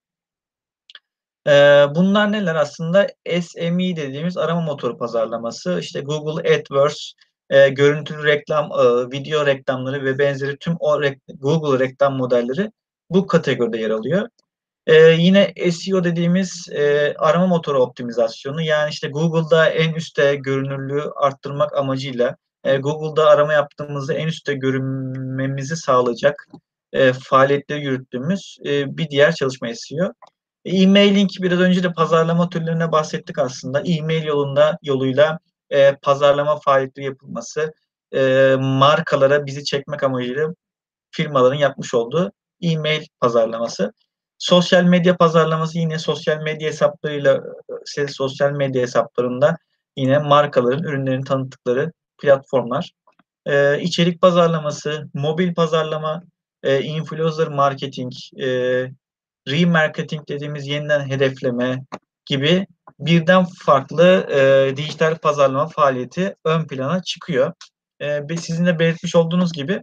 B: Eee, bunlar neler aslında? S M E dediğimiz arama motoru pazarlaması, işte Google AdWords, eee, görüntülü reklam ağı, video reklamları ve benzeri tüm o rek Google reklam modelleri bu kategoride yer alıyor. Eee, yine S E O dediğimiz, eee, arama motoru optimizasyonu, yani, işte, Google'da en üstte görünürlüğü arttırmak amacıyla, eee, Google'da arama yaptığımızda en üstte görünmemizi sağlayacak, eee, faaliyetleri yürüttüğümüz, eee, bir diğer çalışma S E O. E-mailing biraz önce de pazarlama türlerine bahsettik aslında. E-mail yolunda yoluyla, eee, pazarlama faaliyetleri yapılması, eee, markalara bizi çekmek amacıyla firmaların yapmış olduğu e-mail pazarlaması. Sosyal medya pazarlaması yine sosyal medya hesaplarıyla, se sosyal medya hesaplarında yine markaların ürünlerini tanıttıkları platformlar. Eee, içerik pazarlaması, mobil pazarlama, eee, influencer marketing, eee, remarketing dediğimiz yeniden hedefleme gibi birden farklı, eee, dijital pazarlama faaliyeti ön plana çıkıyor. Eee, ve sizin de belirtmiş olduğunuz gibi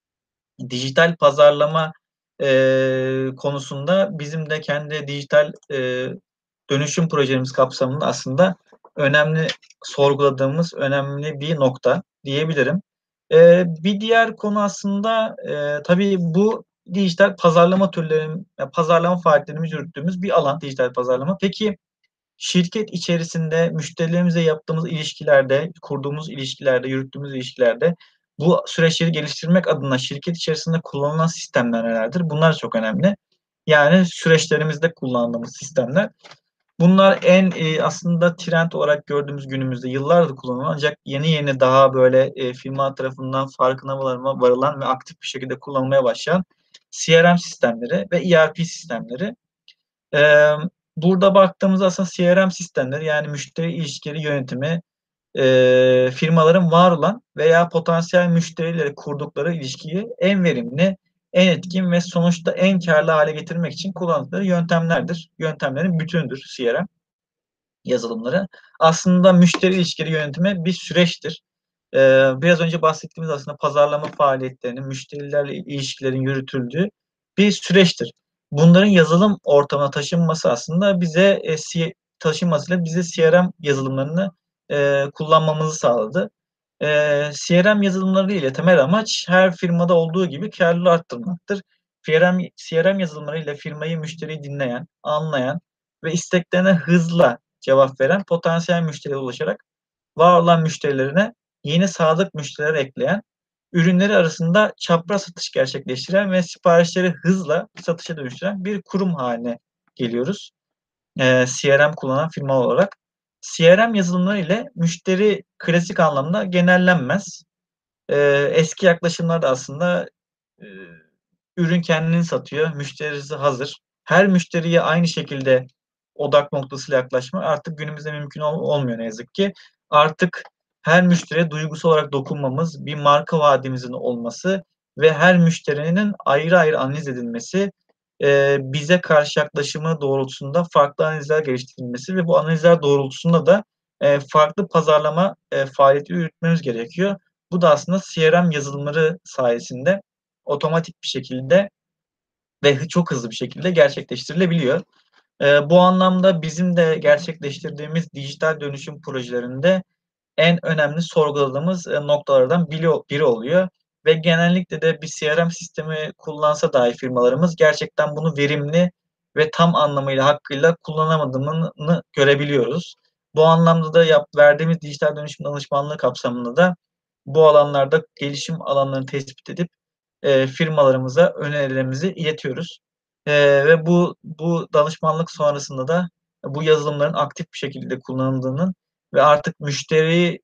B: dijital pazarlama, eee, konusunda bizim de kendi dijital, eee, dönüşüm projemiz kapsamında aslında önemli sorguladığımız önemli bir nokta diyebilirim. Eee, bir diğer konu aslında, eee, tabii bu dijital pazarlama türlerin ya, pazarlama faaliyetlerimizi yürüttüğümüz bir alan dijital pazarlama. Peki, şirket içerisinde müşterilerimizle yaptığımız ilişkilerde, kurduğumuz ilişkilerde, yürüttüğümüz ilişkilerde bu süreçleri geliştirmek adına şirket içerisinde kullanılan sistemler nelerdir? Bunlar çok önemli. Yani süreçlerimizde kullandığımız sistemler. Bunlar en, eee, aslında trend olarak gördüğümüz günümüzde yıllardır kullanılan ancak yeni yeni daha böyle, eee, firmalar tarafından farkına varılma varılan ve aktif bir şekilde kullanılmaya başlayan C R M sistemleri ve E R P sistemleri. Emm, burada baktığımızda aslında C R M sistemleri, yani müşteri ilişkileri yönetimi, eee, firmaların var olan veya potansiyel müşteriyle kurdukları ilişkiyi en verimli, en etkin ve sonuçta en kârlı hâle getirmek için kullandıkları yöntemlerdir. Yöntemlerin bütünüdür C R M yazılımları. Aslında müşteri ilişkileri yönetimi bir süreçtir. Eee, biraz önce bahsettiğimiz aslında pazarlama faaliyetlerinin, müşterilerle ilişkilerin yürütüldüğü bir süreçtir. Bunların yazılım ortamına taşınması aslında bize, eee, C taşınmasıyla bize C R M yazılımlarını, eee, kullanmamızı sağladı. Eee, C R M yazılımları ile temel amaç her firmada olduğu gibi kârlılığı arttırmaktır. C R M C R M yazılımlarıyla firmayı müşteriyi dinleyen, anlayan ve isteklerine hızla cevap veren potansiyel müşteriye ulaşarak var olan müşterilerine yeni sadık müşteriler ekleyen, ürünleri arasında çapraz satış gerçekleştiren ve siparişleri hızla satışa dönüştüren bir kurum hâline geliyoruz, eee, C R M kullanan firma olarak. C R M yazılımları ile müşteri klasik anlamda genellenmez. Eee, eski yaklaşımlarda aslında, eee, ürün kendini satıyor, müşterisi hazır. Her müşteriye aynı şekilde odak noktasıyla yaklaşmak artık günümüzde mümkün ol olmuyor ne yazık ki. Artık her müşteriye duygusal olarak dokunmamız, bir marka vaadimizin olması ve her müşterinin ayrı ayrı analiz edilmesi, eee, bize karşı yaklaşımı doğrultusunda farklı analizler geliştirilmesi ve bu analizler doğrultusunda da, eee, farklı pazarlama, eee, faaliyeti yürütmemiz gerekiyor. Bu da aslında C R M yazılımları sayesinde otomatik bir şekilde ve hı çok hızlı bir şekilde gerçekleştirilebiliyor. Eee, bu anlamda bizim de gerçekleştirdiğimiz dijital dönüşüm projelerinde en önemli sorguladığımız, eee, noktalardan bili biri oluyor ve genellikle de bir C R M sistemi kullansa dahi firmalarımız gerçekten bunu verimli ve tam anlamıyla hakkıyla kullanamadığını görebiliyoruz. Bu anlamda da yap verdiğimiz dijital dönüşüm danışmanlığı kapsamında da bu alanlarda gelişim alanlarını tespit edip, eee, firmalarımıza önerilerimizi iletiyoruz, eee, ve bu bu danışmanlık sonrasında da bu yazılımların aktif bir şekilde kullanıldığının ve artık müşteriye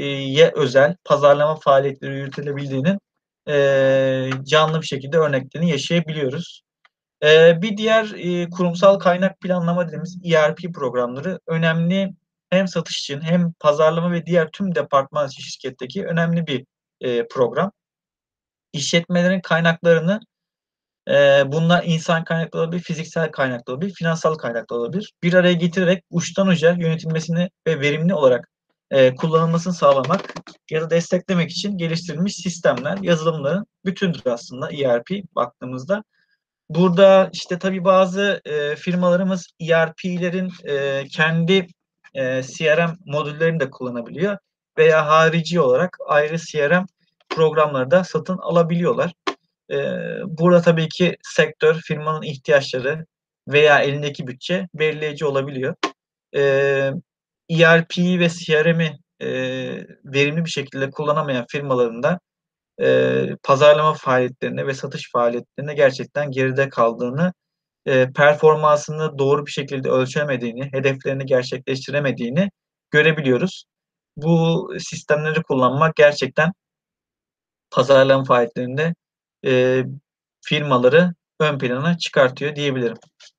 B: özel pazarlama faaliyetleri yürütülebildiğinin, eee, canlı bir şekilde örneklerini yaşayabiliyoruz. Eee, bir diğer, iii, kurumsal kaynak planlama dediğimiz E R P programları önemli hem satış için hem pazarlama ve diğer tüm departman için şirketteki önemli bir, eee, program. İşletmelerin kaynaklarını, eee, bunlar insan kaynakları olabilir, fiziksel kaynaklar olabilir, finansal kaynaklar olabilir, bir araya getirerek uçtan uca yönetilmesini ve verimli olarak, eee, kullanılmasını sağlamak ya da desteklemek için geliştirilmiş sistemler, yazılımların bütünüdür aslında E R P baktığımızda. Burada, işte, tabii bazı, eee, firmalarımız E R P'lerin, eee, kendi, eee, C R M modüllerini de kullanabiliyor veya harici olarak ayrı C R M programları da satın alabiliyorlar. Eee, burada tabii ki sektör, firmanın ihtiyaçları veya elindeki bütçe belirleyici olabiliyor. Eee, E R P'yi ve C R M'i, eee, verimli bir şekilde kullanamayan firmaların da, eee, pazarlama faaliyetlerinde ve satış faaliyetlerinde gerçekten geride kaldığını, eee, performansını doğru bir şekilde ölçemediğini, hedeflerini gerçekleştiremediğini görebiliyoruz. Bu sistemleri kullanmak gerçekten pazarlama faaliyetlerinde, eee, firmaları ön plana çıkartıyor diyebilirim.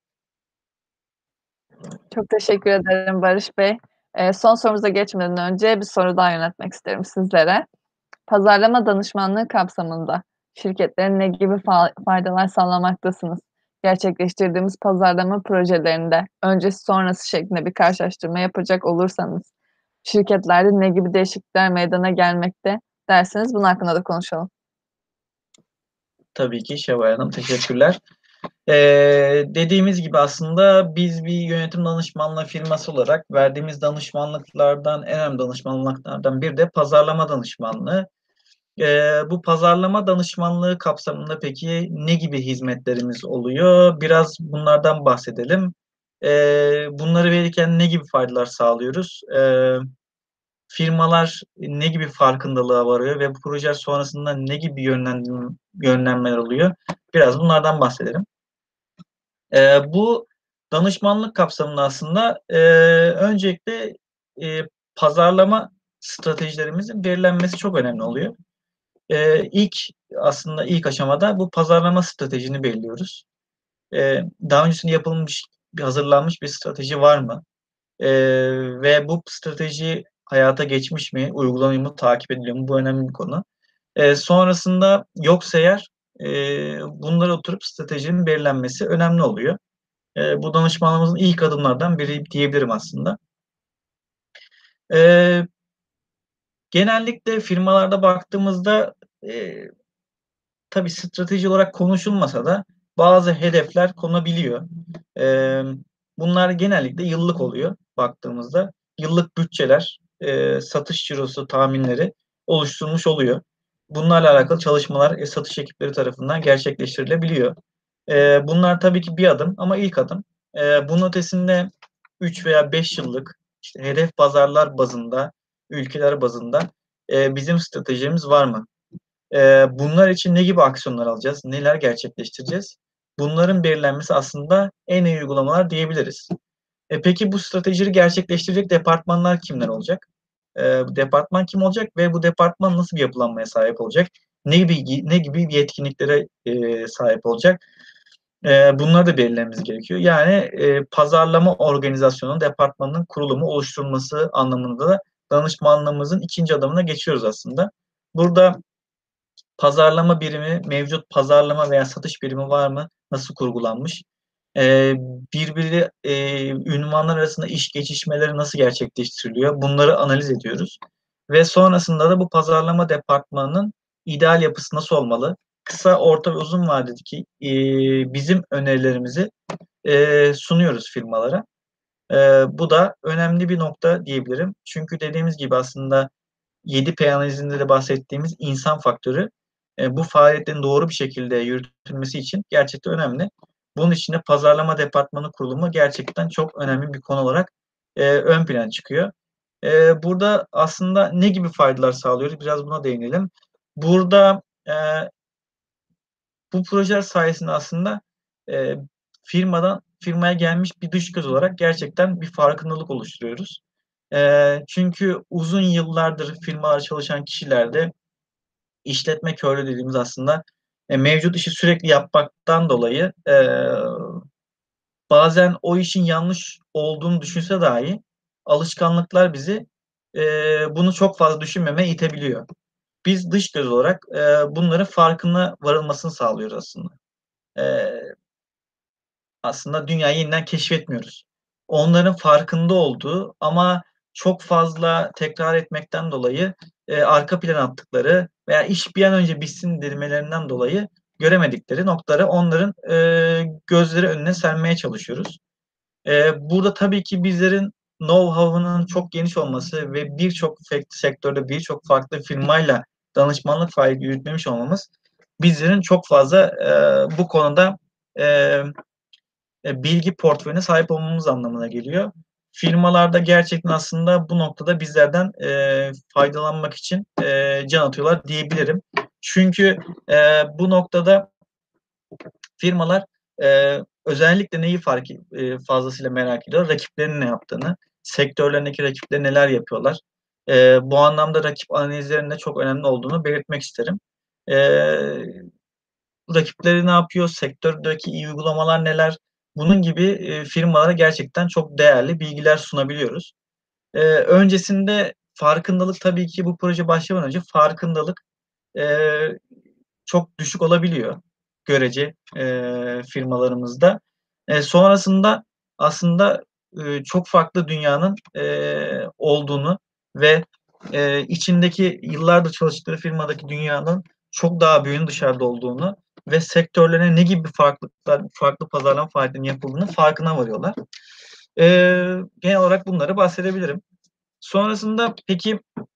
A: Çok teşekkür ederim Barış Bey. Eee, son sorumuza geçmeden önce bir soru daha yöneltmek isterim sizlere. Pazarlama danışmanlığı kapsamında şirketlere ne gibi fa faydalar sağlamaktasınız? Gerçekleştirdiğimiz pazarlama projelerinde öncesi sonrası şeklinde bir karşılaştırma yapacak olursanız şirketlerde ne gibi değişiklikler meydana gelmekte dersiniz? Bunun hakkında da konuşalım.
B: Tabii ki Şevval Hanım, teşekkürler. Eee, dediğimiz gibi aslında biz bir yönetim danışmanlığı firması olarak verdiğimiz danışmanlıklardan en önemli danışmanlıklardan biri de pazarlama danışmanlığı. Eee, bu pazarlama danışmanlığı kapsamında peki ne gibi hizmetlerimiz oluyor? Biraz bunlardan bahsedelim. Eee, bunları verirken ne gibi faydalar sağlıyoruz? Eee, firmalar ne gibi farkındalığa varıyor ve bu projeler sonrasında ne gibi yönlendim yönlenmeler oluyor? Biraz bunlardan bahsedelim. Eee, bu danışmanlık kapsamında aslında, eee, öncelikle, eee, pazarlama stratejilerimizin belirlenmesi çok önemli oluyor. Eee, ilk aslında ilk aşamada bu pazarlama stratejini belirliyoruz. Eee, daha öncesinde yapılmış, bir hazırlanmış bir strateji var mı? Eee, ve bu strateji hayata geçmiş mi, uygulanıyor mu, takip ediliyor mu? Bu önemli bir konu. Eee, sonrasında yoksa eğer, eee, bunlara oturup stratejinin belirlenmesi önemli oluyor. Eee, bu danışmanlığımızın ilk adımlardan biri diyebilirim aslında. Eee genellikle firmalarda baktığımızda, eee, tabii strateji olarak konuşulmasa da bazı hedefler konabiliyor. Emm, bunlar genellikle yıllık oluyor baktığımızda. Yıllık bütçeler, eee, satış cirosu tahminleri oluşturulmuş oluyor. Bunlarla alakalı çalışmalar, eee, satış ekipleri tarafından gerçekleştirilebiliyor. Eee, bunlar tabii ki bir adım ama ilk adım. Eee, bunun ötesinde üç veya beş yıllık, işte, hedef pazarlar bazında, ülkeler bazında, eee, bizim stratejimiz var mı? Eee, bunlar için ne gibi aksiyonlar alacağız? Neler gerçekleştireceğiz? Bunların belirlenmesi aslında en iyi uygulamalar diyebiliriz. E, peki bu stratejileri gerçekleştirecek departmanlar kimler olacak? Eee, departman kim olacak ve bu departman nasıl bir yapılanmaya sahip olacak? Ne gibi ne gibi yetkinliklere, eee, sahip olacak? Eee, bunları da belirlememiz gerekiyor. Yani, eee, pazarlama organizasyonu departmanının kurulumu, oluşturulması anlamında da danışmanlığımızın ikinci adımına geçiyoruz aslında. Burada pazarlama birimi, mevcut pazarlama veya satış birimi var mı? Nasıl kurgulanmış? Eee, birbiri, eee, ünvanlar arasında iş geçişmeleri nasıl gerçekleştiriliyor? Bunları analiz ediyoruz ve sonrasında da bu pazarlama departmanının ideal yapısı nasıl olmalı? Kısa, orta ve uzun vadedeki, eee, bizim önerilerimizi, eee, sunuyoruz firmalara. Eee, bu da önemli bir nokta diyebilirim. Çünkü dediğimiz gibi aslında yedi P analizinde de bahsettiğimiz insan faktörü, eee, bu faaliyetlerin doğru bir şekilde yürütülmesi için gerçekten önemli. Bunun için de pazarlama departmanı kurulumu gerçekten çok önemli bir konu olarak, eee, ön plana çıkıyor. Eee, burada aslında ne gibi faydalar sağlıyoruz? Biraz buna değinelim. Burada, eee bu projeler sayesinde aslında, eee, firmadan firmaya gelmiş bir dış göz olarak gerçekten bir farkındalık oluşturuyoruz. Eee, çünkü uzun yıllardır firmalarda çalışan kişilerde işletme körlüğü dediğimiz aslında, eee, mevcut işi sürekli yapmaktan dolayı, eee, bazen o işin yanlış olduğunu düşünse dahi alışkanlıklar bizi, eee, bunu çok fazla düşünmemeye itebiliyor. Biz dış göz olarak, eee, bunların farkına varılmasını sağlıyoruz aslında. Eee Aslında dünyayı yeniden keşfetmiyoruz. Onların farkında olduğu ama çok fazla tekrar etmekten dolayı, eee, arka plana attıkları veya iş bir an önce bitsin demelerinden dolayı göremedikleri noktaları onların, eee, gözleri önüne sermeye çalışıyoruz. Eee, burada tabii ki bizlerin know-how'ının çok geniş olması ve birçok sek sektörde birçok farklı firmayla danışmanlık faaliyeti yürütmemiş olmamız bizlerin çok fazla, eee, bu konuda, emm Eee, bilgi portföyüne sahip olmamız anlamına geliyor. Firmalar da gerçekten aslında bu noktada bizlerden, eee, faydalanmak için, eee, can atıyorlar diyebilirim. Çünkü, eee, bu noktada firmalar, eee, özellikle neyi fark eee, fazlasıyla merak ediyor? Rakiplerinin ne yaptığını, sektörlerindeki rakipleri neler yapıyorlar? Eee, bu anlamda rakip analizlerinin de çok önemli olduğunu belirtmek isterim. Eee Rakipleri ne yapıyor? Sektördeki iyi uygulamalar neler? Bunun gibi, eee, firmalara gerçekten çok değerli bilgiler sunabiliyoruz. Eee, öncesinde farkındalık tabii ki bu proje başlamadan önce farkındalık, eee, çok düşük olabiliyor görece, eee, firmalarımızda. Eee, sonrasında aslında, ııı, çok farklı dünyanın, eee, olduğunu ve, eee, içindeki yıllardır çalıştıkları firmadaki dünyanın çok daha büyüğünün dışarıda olduğunu ve sektörlerine ne gibi farklılıklar, farklı pazarlama faaliyetlerinin yapıldığının farkına varıyorlar. Eee, genel olarak bunları bahsedebilirim. Sonrasında peki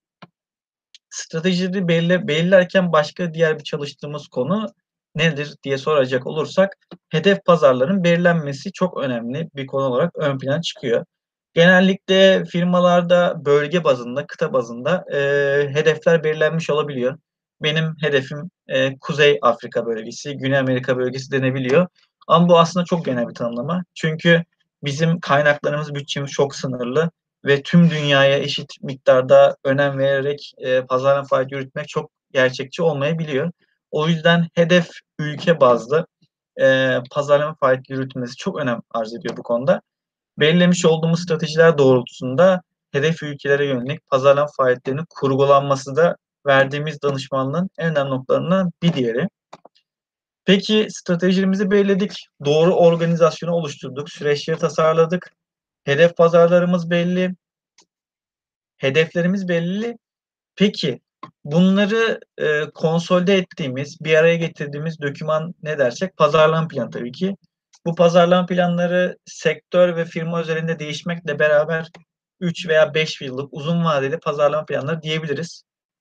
B: stratejileri belirle belirlerken başka diğer bir çalıştığımız konu nedir diye soracak olursak, hedef pazarların belirlenmesi çok önemli bir konu olarak ön plana çıkıyor. Genellikle firmalarda bölge bazında, kıta bazında, eee, hedefler belirlenmiş olabiliyor. Benim hedefim, eee, Kuzey Afrika bölgesi, Güney Amerika bölgesi denebiliyor ama bu aslında çok genel bir tanımlama. Çünkü bizim kaynaklarımız, bütçemiz çok sınırlı ve tüm dünyaya eşit miktarda önem vererek, eee, pazarlama faaliyeti yürütmek çok gerçekçi olmayabiliyor. O yüzden hedef ülke bazlı, eee, pazarlama faaliyeti yürütülmesi çok önem arz ediyor bu konuda. Belirlemiş olduğumuz stratejiler doğrultusunda hedef ülkelere yönelik pazarlama faaliyetlerinin kurgulanması da verdiğimiz danışmanlığın en önemli noktalarından bir diğeri. Peki stratejilerimizi belirledik, doğru organizasyonu oluşturduk, süreçleri tasarladık, hedef pazarlarımız belli, hedeflerimiz belli. Peki, bunları, eee, konsolide ettiğimiz, bir araya getirdiğimiz doküman ne dersek pazarlama planı tabii ki. Bu pazarlama planları sektör ve firma özelinde değişmekle beraber üç veya beş yıllık uzun vadeli pazarlama planları diyebiliriz.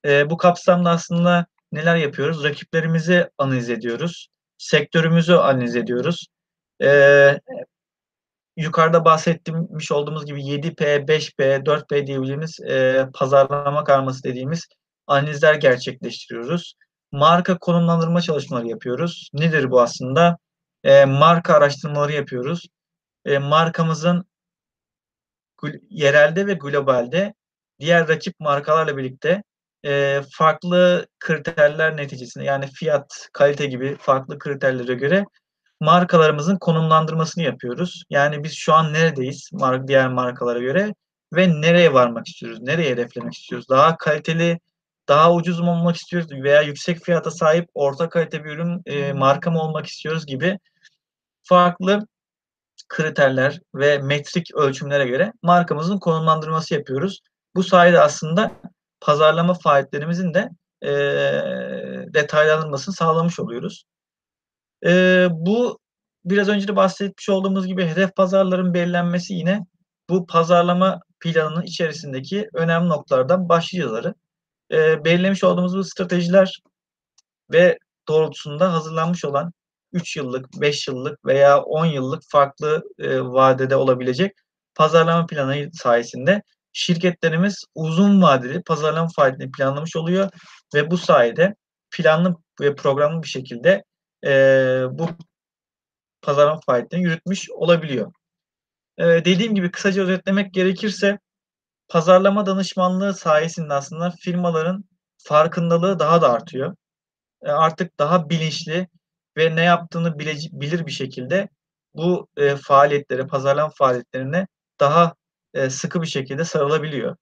B: Eee, bu kapsamda aslında neler yapıyoruz? Rakiplerimizi analiz ediyoruz, sektörümüzü analiz ediyoruz. Eee, yukarıda bahsetmiş olduğumuz gibi yedi P, beş P, dört P diyebileceğimiz, eee, pazarlama karması dediğimiz analizler gerçekleştiriyoruz. Marka konumlandırma çalışmaları yapıyoruz. Nedir bu aslında? Eee, marka araştırmaları yapıyoruz. Eee, markamızın gl yerelde ve globalde diğer rakip markalarla birlikte, eee, farklı kriterler neticesinde, yani fiyat, kalite gibi farklı kriterlere göre markalarımızın konumlandırmasını yapıyoruz. Yani biz şu an neredeyiz mar diğer markalara göre ve nereye varmak istiyoruz, nereye hedeflemek istiyoruz? Daha kaliteli, daha ucuz mu olmak istiyoruz veya yüksek fiyata sahip orta kalite bir ürün, eee, marka mı olmak istiyoruz gibi farklı kriterler ve metrik ölçümlere göre markamızın konumlandırması yapıyoruz. Bu sayede aslında pazarlama faaliyetlerimizin de, eee, detaylandırılmasını sağlamış oluyoruz. Eee, bu biraz önce de bahsetmiş olduğumuz gibi hedef pazarların belirlenmesi yine bu pazarlama planının içerisindeki önemli noktalardan başlıcaları. Eee, belirlemiş olduğumuz bu stratejiler ve doğrultusunda hazırlanmış olan üç yıllık, beş yıllık veya on yıllık farklı, eee, vadede olabilecek pazarlama planı sayesinde şirketlerimiz uzun vadeli pazarlama faaliyetlerini planlamış oluyor ve bu sayede planlı ve programlı bir şekilde, eee, bu pazarlama faaliyetlerini yürütmüş olabiliyor. Eee, dediğim gibi kısaca özetlemek gerekirse pazarlama danışmanlığı sayesinde aslında firmaların farkındalığı daha da artıyor. Eee, artık daha bilinçli ve ne yaptığını bileci bilir bir şekilde bu, eee, faaliyetlere, pazarlama faaliyetlerine daha, eee, sıkı bir şekilde sarılabiliyor.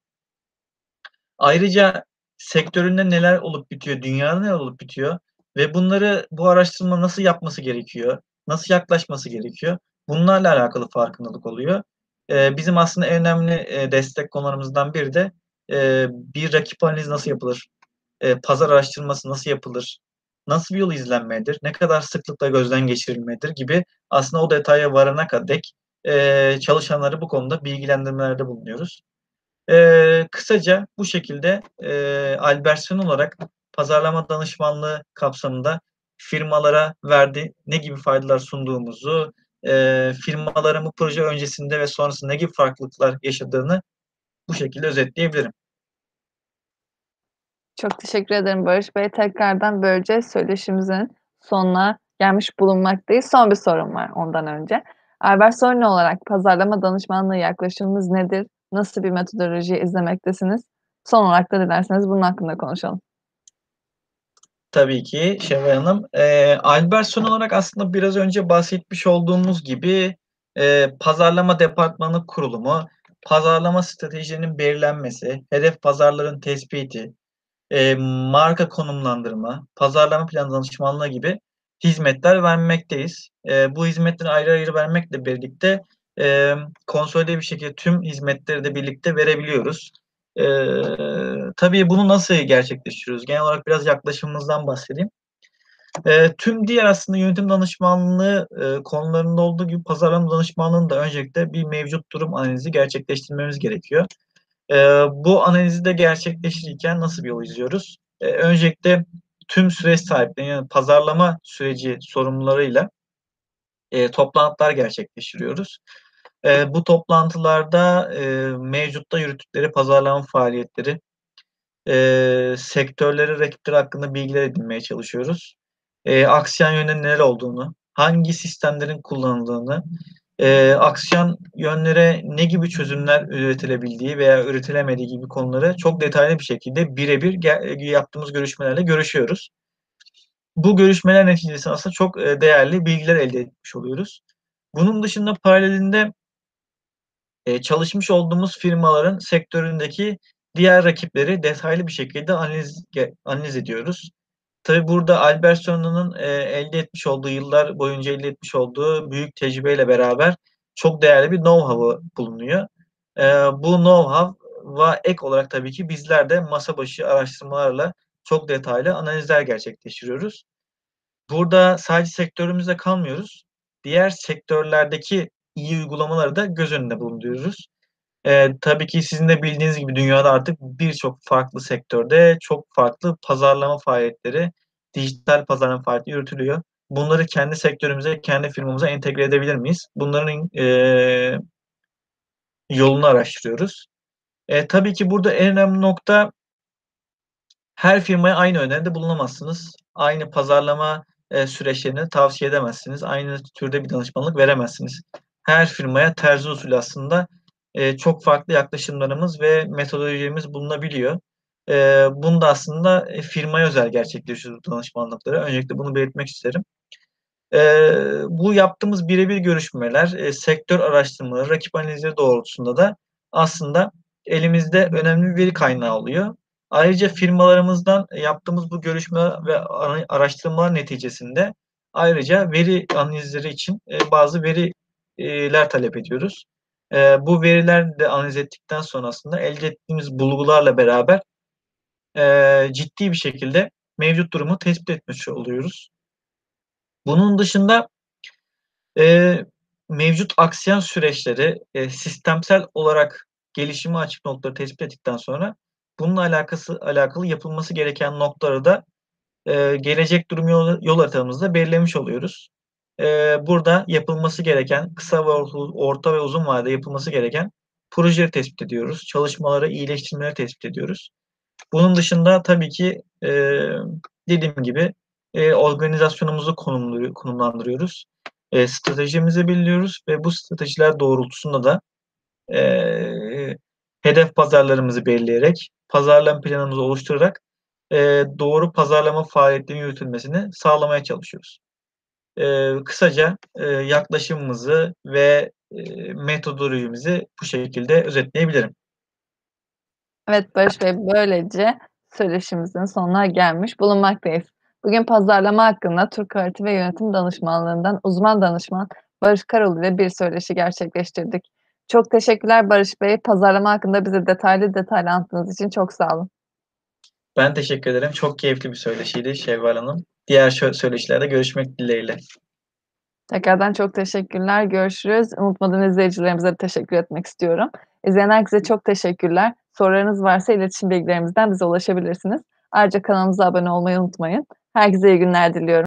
B: Ayrıca sektöründe neler olup bitiyor, dünyada neler olup bitiyor ve bunları bu araştırma nasıl yapması gerekiyor, nasıl yaklaşması gerekiyor, bunlarla alakalı farkındalık oluyor. Eee, bizim aslında en önemli, eee, destek konularımızdan biri de, eee, bir rakip analizi nasıl yapılır, eee, pazar araştırması nasıl yapılır, nasıl bir yol izlenmelidir, ne kadar sıklıkla gözden geçirilmelidir gibi aslında o detaya varana ka dek, eee, çalışanları bu konuda bilgilendirmelerde bulunuyoruz. Eee, kısaca bu şekilde, eee, Albertson olarak pazarlama danışmanlığı kapsamında firmalara verdiği ne gibi faydalar sunduğumuzu, eee, firmaların bu proje öncesinde ve sonrasında ne gibi farklılıklar yaşadığını bu şekilde özetleyebilirim.
A: Çok teşekkür ederim Barış Bey. Tekrardan böylece söyleşimizin sonuna gelmiş bulunmaktayız. Son bir sorum var ondan önce. Albert Sorny olarak pazarlama danışmanlığı yaklaşımınız nedir? Nasıl bir metodoloji izlemektesiniz? Son olarak da dilerseniz bunun hakkında konuşalım.
B: Tabii ki Şevval Hanım. Eee, Albertson olarak aslında biraz önce bahsetmiş olduğumuz gibi, eee, pazarlama departmanı kurulumu, pazarlama stratejilerinin belirlenmesi, hedef pazarların tespiti, eee, marka konumlandırma, pazarlama planı danışmanlığı gibi hizmetler vermekteyiz. Eee, bu hizmetleri ayrı ayrı vermekle birlikte, emm, konsolide bir şekilde tüm hizmetleri de birlikte verebiliyoruz. Eee, tabii bunu nasıl gerçekleştiriyoruz? Genel olarak biraz yaklaşımımızdan bahsedeyim. Eee, tüm diğer aslında yönetim danışmanlığı, eee, konularında olduğu gibi pazarlama danışmanlığında öncelikle bir mevcut durum analizi gerçekleştirmemiz gerekiyor. Eee, bu analizi de gerçekleştirirken nasıl bir yol izliyoruz? Eee, öncelikle tüm süreç sahipleri, yani pazarlama süreci sorumlularıyla, eee, toplantılar gerçekleştiriyoruz. Eee, bu toplantılarda, eee, mevcutta yürüttükleri pazarlama faaliyetleri, eee, sektörleri, rakipleri hakkında bilgiler edinmeye çalışıyoruz. Eee, aksiyon yönlerinin neler olduğunu, hangi sistemlerin kullanıldığını, eee, aksiyon yönlere ne gibi çözümler üretilebildiği veya üretilemediği gibi konuları çok detaylı bir şekilde birebir ge yaptığımız görüşmelerle görüşüyoruz. Bu görüşmeler neticesinde aslında çok, eee, değerli bilgiler elde etmiş oluyoruz. Bunun dışında paralelinde Eee, çalışmış olduğumuz firmaların sektöründeki diğer rakipleri detaylı bir şekilde analiz ge analiz ediyoruz. Tabii burada Albertson'un, eee, elde etmiş olduğu, yıllar boyunca elde etmiş olduğu büyük tecrübeyle beraber çok değerli bir know-how'ı bulunuyor. Eee, bu know-how'a ek olarak tabii ki bizler de masa başı araştırmalarla çok detaylı analizler gerçekleştiriyoruz. Burada sadece sektörümüzde kalmıyoruz. Diğer sektörlerdeki iyi uygulamaları da göz önünde bulunduruyoruz. Eee, tabii ki sizin de bildiğiniz gibi dünyada artık birçok farklı sektörde çok farklı pazarlama faaliyetleri, dijital pazarlama faaliyeti yürütülüyor. Bunları kendi sektörümüze, kendi firmamıza entegre edebilir miyiz? Bunların, eee yolunu araştırıyoruz. Eee, tabii ki burada en önemli nokta her firmaya aynı öneride bulunamazsınız. Aynı pazarlama, eee, süreçlerini tavsiye edemezsiniz. Aynı türde bir danışmanlık veremezsiniz. Her firmaya tercih usulü aslında, eee, çok farklı yaklaşımlarımız ve metodolojilerimiz bulunabiliyor. Eee, bunu da aslında, eee, firmaya özel gerçekleştiriyoruz bu danışmanlıkları. Öncelikle bunu belirtmek isterim. Eee, bu yaptığımız bire bir görüşmeler, eee, sektör araştırmaları, rakip analizleri doğrultusunda da aslında elimizde önemli bir veri kaynağı oluyor. Ayrıca firmalarımızdan yaptığımız bu görüşme ve ara araştırmalar neticesinde ayrıca veri analizleri için, eee, bazı veri eee, ler talep ediyoruz. Eee, bu veriler de analiz ettikten sonra aslında elde ettiğimiz bulgularla beraber, eee, ciddi bir şekilde mevcut durumu tespit etmiş oluyoruz. Bunun dışında Eee, mevcut aksayan süreçleri, eee, sistemsel olarak gelişime açık noktaları tespit ettikten sonra bununla alakası alakalı yapılması gereken noktaları da, eee, gelecek durum yol yol haritamızda belirlemiş oluyoruz. Eee, burada yapılması gereken, kısa ve orta orta ve uzun vadede yapılması gereken projeleri tespit ediyoruz. Çalışmaları, iyileştirmeleri tespit ediyoruz. Bunun dışında tabii ki, eee, dediğim gibi, eee, organizasyonumuzu konumluyor konumlandırıyoruz. Eee, stratejimizi belirliyoruz ve bu stratejiler doğrultusunda da, eee, hedef pazarlarımızı belirleyerek, pazarlama planımızı oluşturarak, eee, doğru pazarlama faaliyetlerinin yürütülmesini sağlamaya çalışıyoruz. Eee, kısaca, eee, yaklaşımımızı ve, eee, metodolojimizi bu şekilde özetleyebilirim.
A: Evet Barış Bey, böylece söyleşimizin sonuna gelmiş bulunmaktayız. Bugün pazarlama hakkında Türk Harita ve Yönetim Danışmanlığı'ndan uzman danışman Barış Karol ile bir söyleşi gerçekleştirdik. Çok teşekkürler Barış Bey. Pazarlama hakkında bize detaylı detaylı anlattığınız için çok sağ olun.
B: Ben teşekkür ederim. Çok keyifli bir söyleşiydi Şevval Hanım. Diğer şö söyleşilerde görüşmek dileğiyle.
A: Tekrardan çok teşekkürler. Görüşürüz. Unutmadan izleyicilerimize de teşekkür etmek istiyorum. İzleyen herkese çok teşekkürler. Sorularınız varsa iletişim bilgilerimizden bize ulaşabilirsiniz. Ayrıca kanalımıza abone olmayı unutmayın. Herkese iyi günler diliyorum.